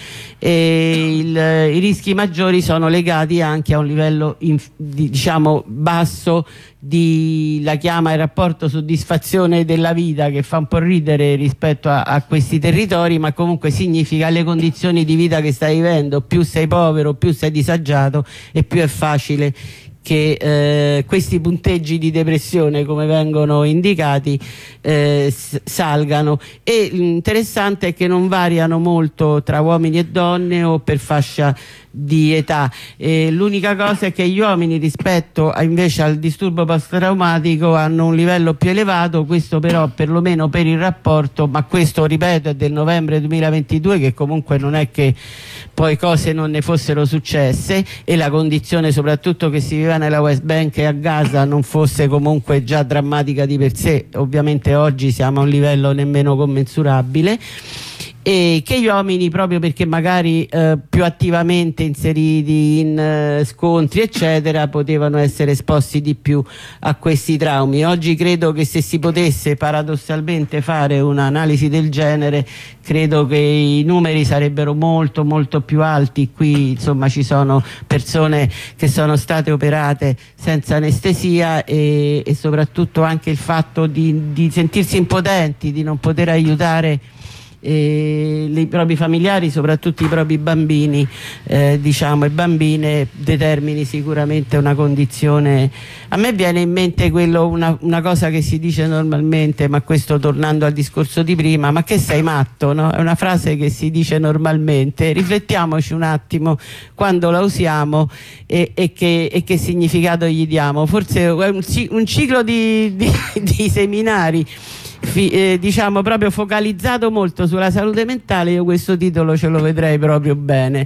e il, i rischi maggiori sono legati anche a un livello in, di, diciamo basso di, la chiama il rapporto soddisfazione della vita, che fa un po' ridere rispetto a, a questi territori, ma comunque significa le condizioni di vita che stai vivendo. Più sei povero, più sei disagiato, e più è facile che eh, questi punteggi di depressione, come vengono indicati, eh, salgano. E l'interessante è che non variano molto tra uomini e donne o per fascia di età. L'unica cosa è che gli uomini, rispetto a, invece al disturbo post-traumatico, hanno un livello più elevato. Questo però perlomeno per il rapporto, ma questo, ripeto, è del novembre duemilaventidue, che comunque non è che poi cose non ne fossero successe, e la condizione soprattutto che si viveva nella West Bank e a Gaza non fosse comunque già drammatica di per sé. Ovviamente oggi siamo a un livello nemmeno commensurabile, e che gli uomini, proprio perché magari eh, più attivamente inseriti in eh, scontri eccetera, potevano essere esposti di più a questi traumi. Oggi credo che se si potesse paradossalmente fare un'analisi del genere, credo che i numeri sarebbero molto molto più alti. Qui insomma ci sono persone che sono state operate senza anestesia, e, e soprattutto anche il fatto di, di sentirsi impotenti, di non poter aiutare e i propri familiari, soprattutto i propri bambini, eh, diciamo, e bambine, determini sicuramente una condizione. A me viene in mente quello, una, una cosa che si dice normalmente, ma questo tornando al discorso di prima: ma che sei matto, no? È una frase che si dice normalmente, riflettiamoci un attimo quando la usiamo e, e, che, e che significato gli diamo. Forse è un, un ciclo di, di, di seminari Fi, eh, diciamo proprio focalizzato molto sulla salute mentale. Io questo titolo ce lo vedrei proprio bene,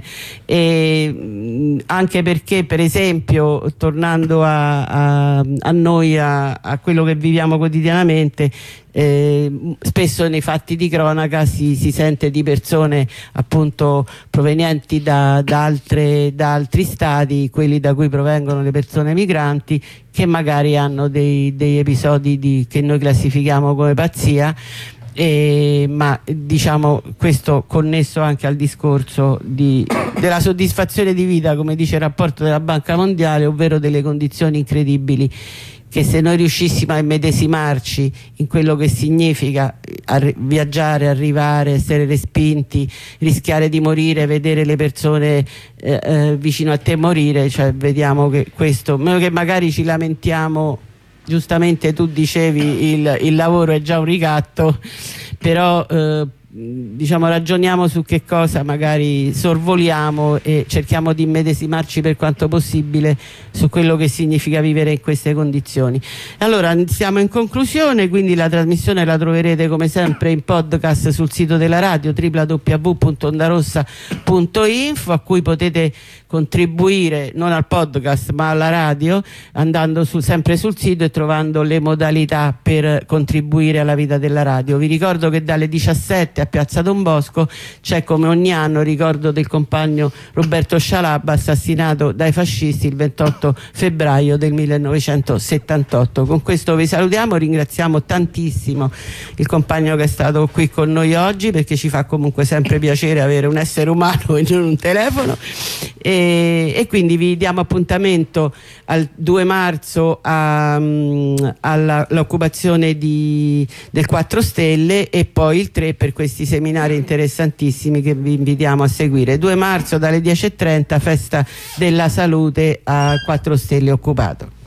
e mh, anche perché, per esempio, tornando a, a, a noi, a, a quello che viviamo quotidianamente, Eh, spesso nei fatti di cronaca si, si sente di persone appunto provenienti da, da, altre, da altri stati, quelli da cui provengono le persone migranti, che magari hanno dei, dei episodi di, che noi classifichiamo come pazzia, eh, ma diciamo questo connesso anche al discorso di, della soddisfazione di vita, come dice il rapporto della Banca Mondiale, ovvero delle condizioni incredibili che, se noi riuscissimo a immedesimarci in quello che significa arri- viaggiare, arrivare, essere respinti, rischiare di morire, vedere le persone eh, eh, vicino a te morire, cioè vediamo che questo, meno che magari ci lamentiamo, giustamente tu dicevi il, il lavoro è già un ricatto, però eh, diciamo ragioniamo su che cosa magari sorvoliamo e cerchiamo di immedesimarci per quanto possibile su quello che significa vivere in queste condizioni. Allora siamo in conclusione, quindi la trasmissione la troverete come sempre in podcast sul sito della radio w w w punto ondarossa punto info, a cui potete contribuire non al podcast ma alla radio andando su, sempre sul sito e trovando le modalità per contribuire alla vita della radio. Vi ricordo che dalle diciassette a Piazza Don Bosco c'è, come ogni anno, ricordo del compagno Roberto Scialabba, assassinato dai fascisti il ventotto febbraio del millenovecentosettantotto. Con questo vi salutiamo, ringraziamo tantissimo il compagno che è stato qui con noi oggi, perché ci fa comunque sempre piacere avere un essere umano e non un telefono, e, e quindi vi diamo appuntamento al due marzo all'occupazione del quattro Stelle, e poi il tre per questi seminari interessantissimi che vi invitiamo a seguire. due marzo dalle dieci e trenta, festa della salute a quattro Stelle occupato.